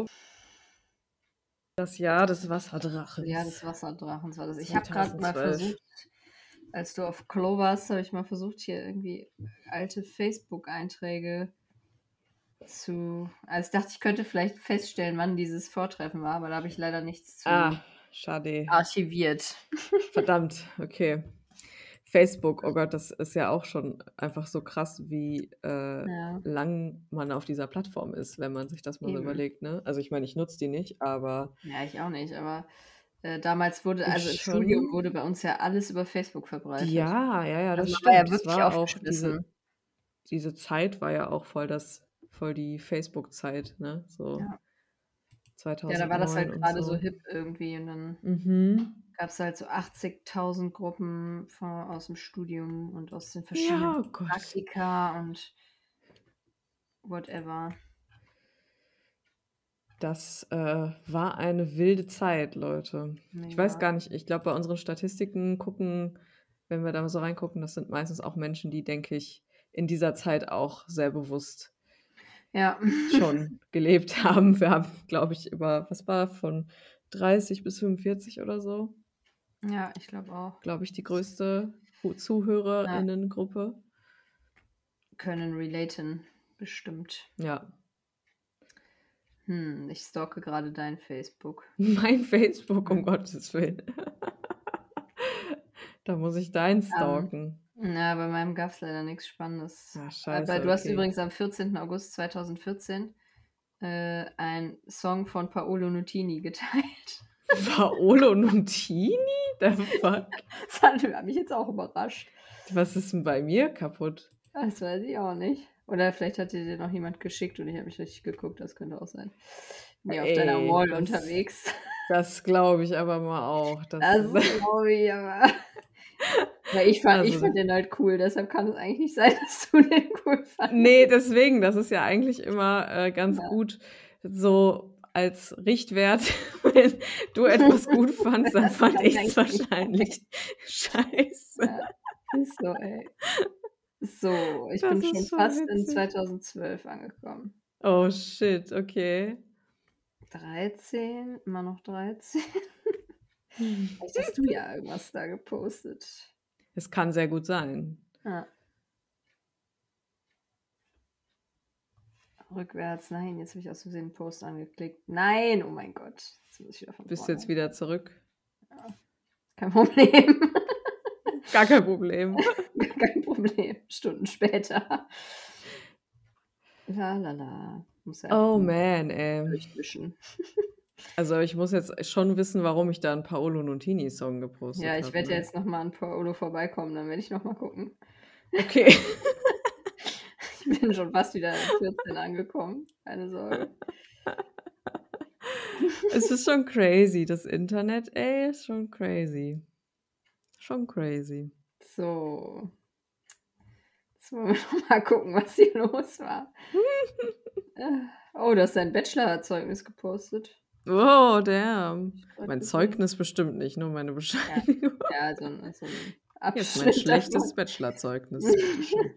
[SPEAKER 2] Das Jahr des Wasserdrachens.
[SPEAKER 1] Ja, des Wasserdrachens war das. Ich habe grad mal
[SPEAKER 2] zweitausendzwölf.
[SPEAKER 1] versucht, als du auf Klo warst, habe ich mal versucht, hier irgendwie alte Facebook-Einträge zu. Also ich dachte, ich könnte vielleicht feststellen, wann dieses Vortreffen war, aber da habe ich leider nichts zu
[SPEAKER 2] Ah, schade.
[SPEAKER 1] archiviert.
[SPEAKER 2] Verdammt, okay. Facebook, oh Gott, das ist ja auch schon einfach so krass, wie äh,
[SPEAKER 1] Ja,
[SPEAKER 2] lang man auf dieser Plattform ist, wenn man sich das mal so
[SPEAKER 1] eben.
[SPEAKER 2] überlegt, ne? Also ich meine, ich nutze die nicht, aber
[SPEAKER 1] Ja, ich auch nicht, aber äh, damals wurde,
[SPEAKER 2] ich
[SPEAKER 1] also im Studium
[SPEAKER 2] schon.
[SPEAKER 1] wurde bei uns ja alles über Facebook verbreitet.
[SPEAKER 2] Ja, ja, ja,
[SPEAKER 1] Also
[SPEAKER 2] das
[SPEAKER 1] man war ja
[SPEAKER 2] stimmt. Das
[SPEAKER 1] wirklich
[SPEAKER 2] war auch diese,
[SPEAKER 1] aufgeschmissen.
[SPEAKER 2] diese Zeit war ja auch voll das, voll die Facebook-Zeit, ne? So
[SPEAKER 1] Ja. Ja, da war das
[SPEAKER 2] zweitausendneun
[SPEAKER 1] halt
[SPEAKER 2] und
[SPEAKER 1] gerade so
[SPEAKER 2] so.
[SPEAKER 1] hip irgendwie und dann
[SPEAKER 2] Mhm.
[SPEAKER 1] gab es halt so achtzigtausend Gruppen von, aus dem Studium und aus den verschiedenen
[SPEAKER 2] Ja, oh Gott.
[SPEAKER 1] Praktika und whatever.
[SPEAKER 2] Das äh, war eine wilde Zeit, Leute. Ich weiß
[SPEAKER 1] Mega.
[SPEAKER 2] gar nicht, ich glaube, bei unseren Statistiken gucken, wenn wir da mal so reingucken, das sind meistens auch Menschen, die, denke ich, in dieser Zeit auch sehr bewusst
[SPEAKER 1] Ja.
[SPEAKER 2] schon gelebt haben. Wir haben, glaube ich, über, was war, von dreißig bis fünfundvierzig oder so,
[SPEAKER 1] Ja, ich glaube auch.
[SPEAKER 2] glaube ich, die größte Hu-
[SPEAKER 1] Ja,
[SPEAKER 2] ZuhörerInnen-Gruppe.
[SPEAKER 1] können relaten, bestimmt.
[SPEAKER 2] Ja.
[SPEAKER 1] Hm, ich stalke gerade dein Facebook.
[SPEAKER 2] Mein Facebook, um Gottes Willen. Da muss ich deinen
[SPEAKER 1] Ähm,
[SPEAKER 2] stalken.
[SPEAKER 1] na, bei meinem gab es leider nichts Spannendes.
[SPEAKER 2] Ah,
[SPEAKER 1] Aber
[SPEAKER 2] scheiße,
[SPEAKER 1] du hast
[SPEAKER 2] okay.
[SPEAKER 1] übrigens am vierzehnten August zweitausendvierzehn äh, einen Song von Paolo Nutini geteilt.
[SPEAKER 2] Paolo Nutini? The fuck?
[SPEAKER 1] Das hat mich jetzt auch überrascht.
[SPEAKER 2] Was ist denn bei mir kaputt?
[SPEAKER 1] Das weiß ich auch nicht. Oder vielleicht hat dir den noch jemand geschickt und ich habe nicht richtig geguckt, das könnte auch sein. Bin ja auf deiner
[SPEAKER 2] Ey,
[SPEAKER 1] Wall
[SPEAKER 2] das,
[SPEAKER 1] unterwegs.
[SPEAKER 2] das glaube ich aber mal auch. Das,
[SPEAKER 1] Das glaube ich aber. Weil ich fand, ich
[SPEAKER 2] also,
[SPEAKER 1] fand den halt cool, deshalb kann es eigentlich nicht sein, dass du den cool fandest.
[SPEAKER 2] nee, deswegen, das ist ja eigentlich immer äh, ganz
[SPEAKER 1] Ja.
[SPEAKER 2] gut so als Richtwert. Wenn du etwas gut fandst, dann
[SPEAKER 1] Das
[SPEAKER 2] fand
[SPEAKER 1] kann
[SPEAKER 2] ich es
[SPEAKER 1] eigentlich nicht
[SPEAKER 2] wahrscheinlich scheiße.
[SPEAKER 1] Ja, ist so, ey. So, ich
[SPEAKER 2] Das
[SPEAKER 1] bin
[SPEAKER 2] ist
[SPEAKER 1] schon
[SPEAKER 2] schon
[SPEAKER 1] fast in
[SPEAKER 2] witzig.
[SPEAKER 1] zweitausendzwölf angekommen.
[SPEAKER 2] Oh shit, okay.
[SPEAKER 1] dreizehn, immer noch dreizehn. Vielleicht hast du ja irgendwas da gepostet.
[SPEAKER 2] Es kann sehr gut sein.
[SPEAKER 1] Ja. Rückwärts, nein, jetzt habe ich aus Versehen einen Post angeklickt. Nein, oh mein Gott. Jetzt muss ich wieder von
[SPEAKER 2] Bist
[SPEAKER 1] vorne
[SPEAKER 2] jetzt wieder zurück?
[SPEAKER 1] Ja. Kein Problem.
[SPEAKER 2] Gar kein Problem.
[SPEAKER 1] Kein Problem. Stunden später. La la la. Muss ja
[SPEAKER 2] Oh
[SPEAKER 1] einfach nur
[SPEAKER 2] man, ey.
[SPEAKER 1] durchwischen.
[SPEAKER 2] Also ich muss jetzt schon wissen, warum ich da einen Paolo Nutini-Song gepostet
[SPEAKER 1] Ja,
[SPEAKER 2] habe.
[SPEAKER 1] ich werde
[SPEAKER 2] ne?
[SPEAKER 1] jetzt nochmal an Paolo vorbeikommen, dann werde ich nochmal gucken.
[SPEAKER 2] Okay.
[SPEAKER 1] Ich bin schon fast wieder in vierzehn angekommen. Keine Sorge.
[SPEAKER 2] Es ist schon crazy, das Internet, ey, ist schon crazy. Schon crazy.
[SPEAKER 1] So. Jetzt wollen wir nochmal gucken, was hier los war. Oh, du hast dein Bachelorzeugnis gepostet.
[SPEAKER 2] Oh, damn.
[SPEAKER 1] Grad
[SPEAKER 2] Mein
[SPEAKER 1] gesehen.
[SPEAKER 2] Zeugnis bestimmt nicht, nur meine Bescheinigung.
[SPEAKER 1] Ja, so ein, so ein
[SPEAKER 2] Hier ist
[SPEAKER 1] Abschnitt.
[SPEAKER 2] mein schlechtes
[SPEAKER 1] davon.
[SPEAKER 2] Bachelorzeugnis. bitteschön.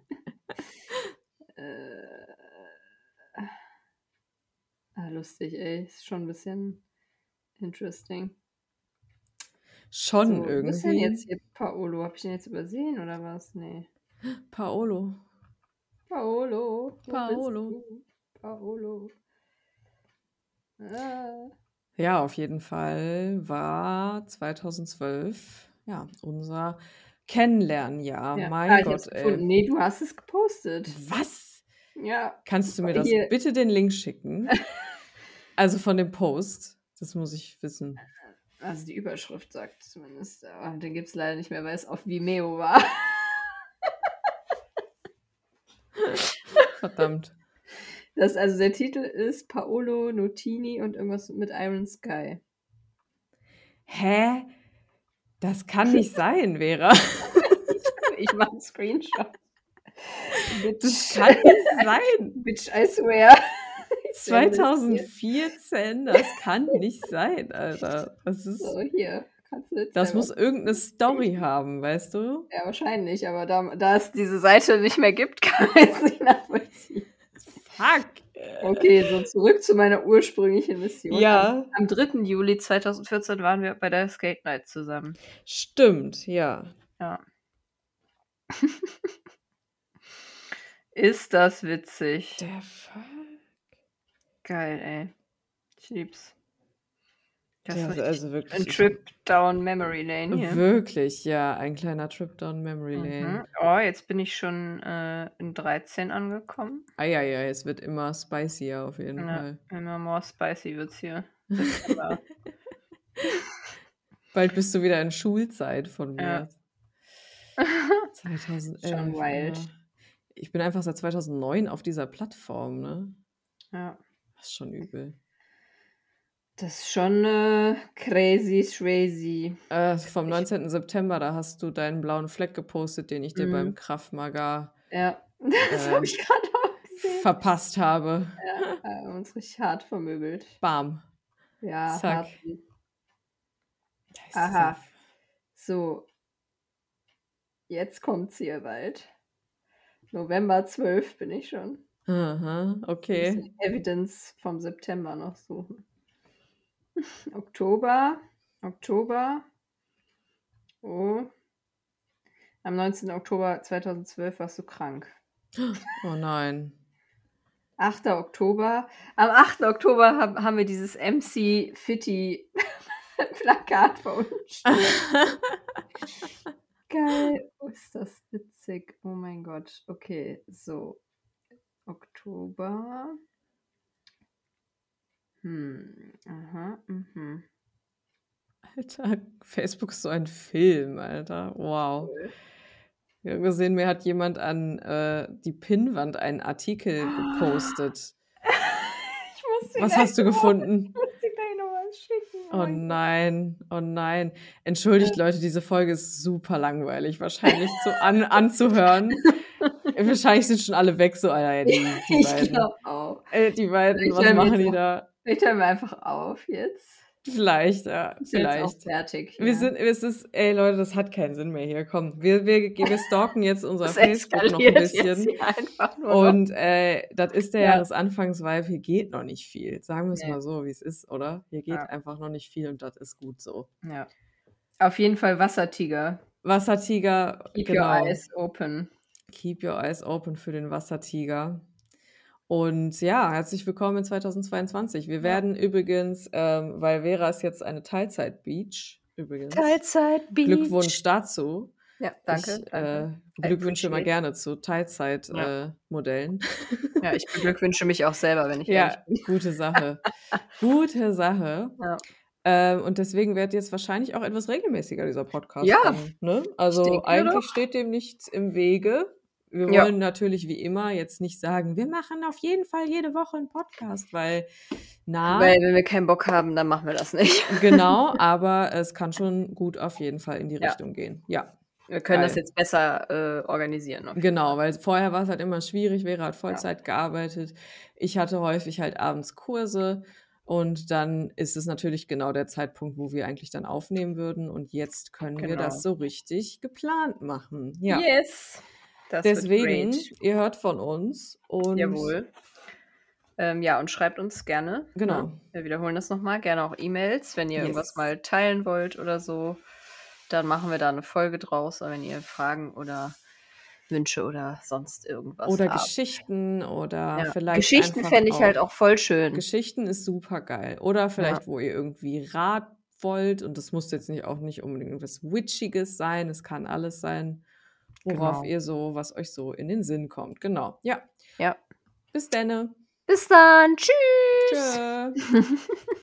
[SPEAKER 1] Äh, ah, lustig, ey. Ist schon ein bisschen interesting.
[SPEAKER 2] Schon
[SPEAKER 1] So, was ist denn
[SPEAKER 2] irgendwie.
[SPEAKER 1] jetzt hier Paolo? Habe ich den jetzt übersehen oder was? Nee.
[SPEAKER 2] Paolo.
[SPEAKER 1] Paolo. Wo
[SPEAKER 2] Paolo.
[SPEAKER 1] Bist du? Paolo. Ah.
[SPEAKER 2] Ja, auf jeden Fall war zweitausendzwölf ja unser Kennenlernjahr.
[SPEAKER 1] Ja.
[SPEAKER 2] Mein
[SPEAKER 1] Ah, ich
[SPEAKER 2] Gott,
[SPEAKER 1] hab's gefunden.
[SPEAKER 2] ey.
[SPEAKER 1] Nee, du hast es gepostet.
[SPEAKER 2] Was?
[SPEAKER 1] Ja.
[SPEAKER 2] Kannst du mir das
[SPEAKER 1] Hier.
[SPEAKER 2] bitte den Link schicken? Also von dem Post. Das muss ich wissen.
[SPEAKER 1] Also die Überschrift sagt zumindest. Aber den gibt es leider nicht mehr, weil es auf Vimeo war.
[SPEAKER 2] Verdammt.
[SPEAKER 1] Das, also der Titel ist Paolo Nutini und irgendwas mit Iron Sky.
[SPEAKER 2] Hä? Das kann nicht sein, Vera.
[SPEAKER 1] Ich mache einen Screenshot.
[SPEAKER 2] Das kann nicht sein.
[SPEAKER 1] Bitch, I swear.
[SPEAKER 2] zweitausendvierzehn, das kann nicht sein, Alter. Das ist.
[SPEAKER 1] So, hier. Kannst du jetzt
[SPEAKER 2] Das
[SPEAKER 1] selber-
[SPEAKER 2] muss irgendeine Story haben, weißt du?
[SPEAKER 1] Ja, wahrscheinlich, aber da, da es diese Seite nicht mehr gibt, kann man es nicht nachvollziehen.
[SPEAKER 2] Fuck.
[SPEAKER 1] Okay, so zurück zu meiner ursprünglichen Mission.
[SPEAKER 2] Ja.
[SPEAKER 1] Am, am dritten Juli zweitausendvierzehn waren wir bei der Skate Night zusammen.
[SPEAKER 2] Stimmt, ja.
[SPEAKER 1] Ja. Ist das witzig.
[SPEAKER 2] Der Fuck?
[SPEAKER 1] Geil, ey. Ich lieb's. Das
[SPEAKER 2] Ja,
[SPEAKER 1] ist
[SPEAKER 2] also,
[SPEAKER 1] richtig
[SPEAKER 2] also wirklich.
[SPEAKER 1] ein
[SPEAKER 2] Ich,
[SPEAKER 1] Trip down Memory Lane hier.
[SPEAKER 2] wirklich, ja, ein kleiner Trip down Memory
[SPEAKER 1] Mhm.
[SPEAKER 2] Lane.
[SPEAKER 1] Oh, jetzt bin ich schon äh, in dreizehn angekommen.
[SPEAKER 2] Eieiei, es wird immer spicier auf jeden
[SPEAKER 1] Ja,
[SPEAKER 2] Fall.
[SPEAKER 1] immer more spicy wird's hier. September.
[SPEAKER 2] Bald bist du wieder in Schulzeit von
[SPEAKER 1] Ja.
[SPEAKER 2] mir. zweitausendelf.
[SPEAKER 1] Schon wild.
[SPEAKER 2] Ja. Ich bin einfach seit zweitausendneun auf dieser Plattform, ne?
[SPEAKER 1] Ja.
[SPEAKER 2] Das ist schon übel.
[SPEAKER 1] Das ist schon äh, crazy, crazy.
[SPEAKER 2] Äh, vom neunzehnten September, da hast du deinen blauen Fleck gepostet, den ich dir
[SPEAKER 1] Mhm.
[SPEAKER 2] beim Krav Maga
[SPEAKER 1] Ja, das
[SPEAKER 2] äh,
[SPEAKER 1] habe ich gerade auch gesehen.
[SPEAKER 2] verpasst habe.
[SPEAKER 1] Ja, äh, uns richtig hart vermöbelt.
[SPEAKER 2] Bam.
[SPEAKER 1] Ja,
[SPEAKER 2] Zack.
[SPEAKER 1] hart.
[SPEAKER 2] Da ist
[SPEAKER 1] Aha.
[SPEAKER 2] dieser-
[SPEAKER 1] So. Jetzt kommt's hier bald. November zwölften bin ich schon.
[SPEAKER 2] Aha,
[SPEAKER 1] Ein
[SPEAKER 2] okay.
[SPEAKER 1] bisschen Evidence vom September noch suchen. Oktober. Oktober. Oh. Am neunzehnten Oktober zweitausendzwölf warst du krank.
[SPEAKER 2] Oh nein.
[SPEAKER 1] achter Oktober. Am achten Oktober hab, haben wir dieses M C Fitty Plakat vor uns stehen. Geil. Oh, ist das witzig. Oh mein Gott. Okay, so. Oktober. Hm. Aha. Mhm.
[SPEAKER 2] Alter, Facebook ist so ein Film, Alter. Wow.
[SPEAKER 1] Cool.
[SPEAKER 2] Ich habe gesehen, mir hat jemand an äh, die Pinnwand einen Artikel gepostet.
[SPEAKER 1] Ich muss dir
[SPEAKER 2] Was
[SPEAKER 1] gleich
[SPEAKER 2] hast du
[SPEAKER 1] noch was-
[SPEAKER 2] gefunden?
[SPEAKER 1] Ich muss dir gleich noch was schicken.
[SPEAKER 2] Oh
[SPEAKER 1] mein Gott.
[SPEAKER 2] nein, oh nein. Entschuldigt, Leute, diese Folge ist super langweilig, wahrscheinlich zu an, anzuhören. Wahrscheinlich sind schon alle weg, so, Alter, die, die
[SPEAKER 1] Ich
[SPEAKER 2] beiden.
[SPEAKER 1] glaube auch.
[SPEAKER 2] Äh, die beiden,
[SPEAKER 1] Ich
[SPEAKER 2] was
[SPEAKER 1] hör mir
[SPEAKER 2] machen die
[SPEAKER 1] jetzt
[SPEAKER 2] da?
[SPEAKER 1] Vielleicht hören wir einfach auf jetzt.
[SPEAKER 2] Vielleicht, ja,
[SPEAKER 1] Ich bin jetzt auch
[SPEAKER 2] vielleicht.
[SPEAKER 1] fertig.
[SPEAKER 2] Wir
[SPEAKER 1] hier.
[SPEAKER 2] sind, es ist, ey Leute, das hat keinen Sinn mehr hier. Komm, wir, wir, wir stalken jetzt unser
[SPEAKER 1] Das
[SPEAKER 2] Facebook noch ein
[SPEAKER 1] eskaliert jetzt
[SPEAKER 2] bisschen.
[SPEAKER 1] hier einfach nur noch.
[SPEAKER 2] Und äh, das ist der
[SPEAKER 1] Ja.
[SPEAKER 2] Jahresanfangsvibe. Hier geht noch nicht viel. Sagen wir es
[SPEAKER 1] Nee.
[SPEAKER 2] mal so, wie es ist, oder? Hier geht
[SPEAKER 1] Ja.
[SPEAKER 2] einfach noch nicht viel und das ist gut so.
[SPEAKER 1] Ja. Auf jeden Fall Wassertiger.
[SPEAKER 2] Wassertiger,
[SPEAKER 1] Keep
[SPEAKER 2] genau.
[SPEAKER 1] your eyes open.
[SPEAKER 2] Keep your eyes open für den Wassertiger. Und ja, herzlich willkommen in zweitausendzweiundzwanzig. Wir
[SPEAKER 1] Ja.
[SPEAKER 2] werden übrigens, ähm, weil Vera ist jetzt eine Teilzeit-Beach, übrigens.
[SPEAKER 1] Teilzeit Beach.
[SPEAKER 2] Glückwunsch dazu.
[SPEAKER 1] Ja, danke.
[SPEAKER 2] Ich
[SPEAKER 1] danke.
[SPEAKER 2] äh, beglückwünsche immer
[SPEAKER 1] appreciate.
[SPEAKER 2] gerne zu Teilzeit-Modellen.
[SPEAKER 1] Ja. Ja, ich beglückwünsche mich auch selber, wenn ich ehrlich
[SPEAKER 2] Ja,
[SPEAKER 1] bin.
[SPEAKER 2] gute Sache. Gute Sache.
[SPEAKER 1] Ja.
[SPEAKER 2] Ähm, und deswegen wird jetzt wahrscheinlich auch etwas regelmäßiger dieser Podcast
[SPEAKER 1] Ja,
[SPEAKER 2] kommen. Ne? Also
[SPEAKER 1] denke
[SPEAKER 2] eigentlich
[SPEAKER 1] doch.
[SPEAKER 2] steht dem nichts im Wege. Wir
[SPEAKER 1] Ja.
[SPEAKER 2] wollen natürlich wie immer jetzt nicht sagen, wir machen auf jeden Fall jede Woche einen Podcast, weil, na,
[SPEAKER 1] Weil wenn wir keinen Bock haben, dann machen wir das nicht.
[SPEAKER 2] genau, aber es kann schon gut auf jeden Fall in die
[SPEAKER 1] Ja.
[SPEAKER 2] Richtung gehen. Ja,
[SPEAKER 1] Wir können das
[SPEAKER 2] geil.
[SPEAKER 1] jetzt besser äh, organisieren. Auf jeden
[SPEAKER 2] Genau,
[SPEAKER 1] Fall.
[SPEAKER 2] weil vorher war es halt immer schwierig. Vera hat
[SPEAKER 1] Ja.
[SPEAKER 2] Vollzeit gearbeitet. Ich hatte häufig halt abends Kurse. Und dann ist es natürlich genau der Zeitpunkt, wo wir eigentlich dann aufnehmen würden. Und jetzt können wir
[SPEAKER 1] Genau.
[SPEAKER 2] das so richtig geplant machen. Ja,
[SPEAKER 1] Yes. Das wird
[SPEAKER 2] deswegen,
[SPEAKER 1] great.
[SPEAKER 2] ihr hört von uns. Und
[SPEAKER 1] Jawohl. Ähm, ja, und schreibt uns gerne. Ne?
[SPEAKER 2] genau,
[SPEAKER 1] Wir wiederholen das nochmal. Gerne auch E-Mails, wenn ihr irgendwas
[SPEAKER 2] yes.
[SPEAKER 1] mal teilen wollt oder so. Dann machen wir da eine Folge draus. Und wenn ihr Fragen oder Wünsche oder sonst irgendwas
[SPEAKER 2] Oder
[SPEAKER 1] habt.
[SPEAKER 2] Geschichten oder
[SPEAKER 1] Ja.
[SPEAKER 2] vielleicht
[SPEAKER 1] Geschichten
[SPEAKER 2] einfach
[SPEAKER 1] fände ich
[SPEAKER 2] auch.
[SPEAKER 1] halt auch voll schön.
[SPEAKER 2] Geschichten ist super geil. Oder
[SPEAKER 1] Ja.
[SPEAKER 2] vielleicht, wo ihr irgendwie Rat wollt. Und das muss jetzt nicht auch nicht unbedingt irgendwas Witchiges sein. Es kann alles sein, worauf
[SPEAKER 1] Genau.
[SPEAKER 2] ihr so, was euch so in den Sinn kommt. Genau. Ja.
[SPEAKER 1] Ja.
[SPEAKER 2] Bis denne.
[SPEAKER 1] Bis dann. Tschüss.
[SPEAKER 2] Tschö.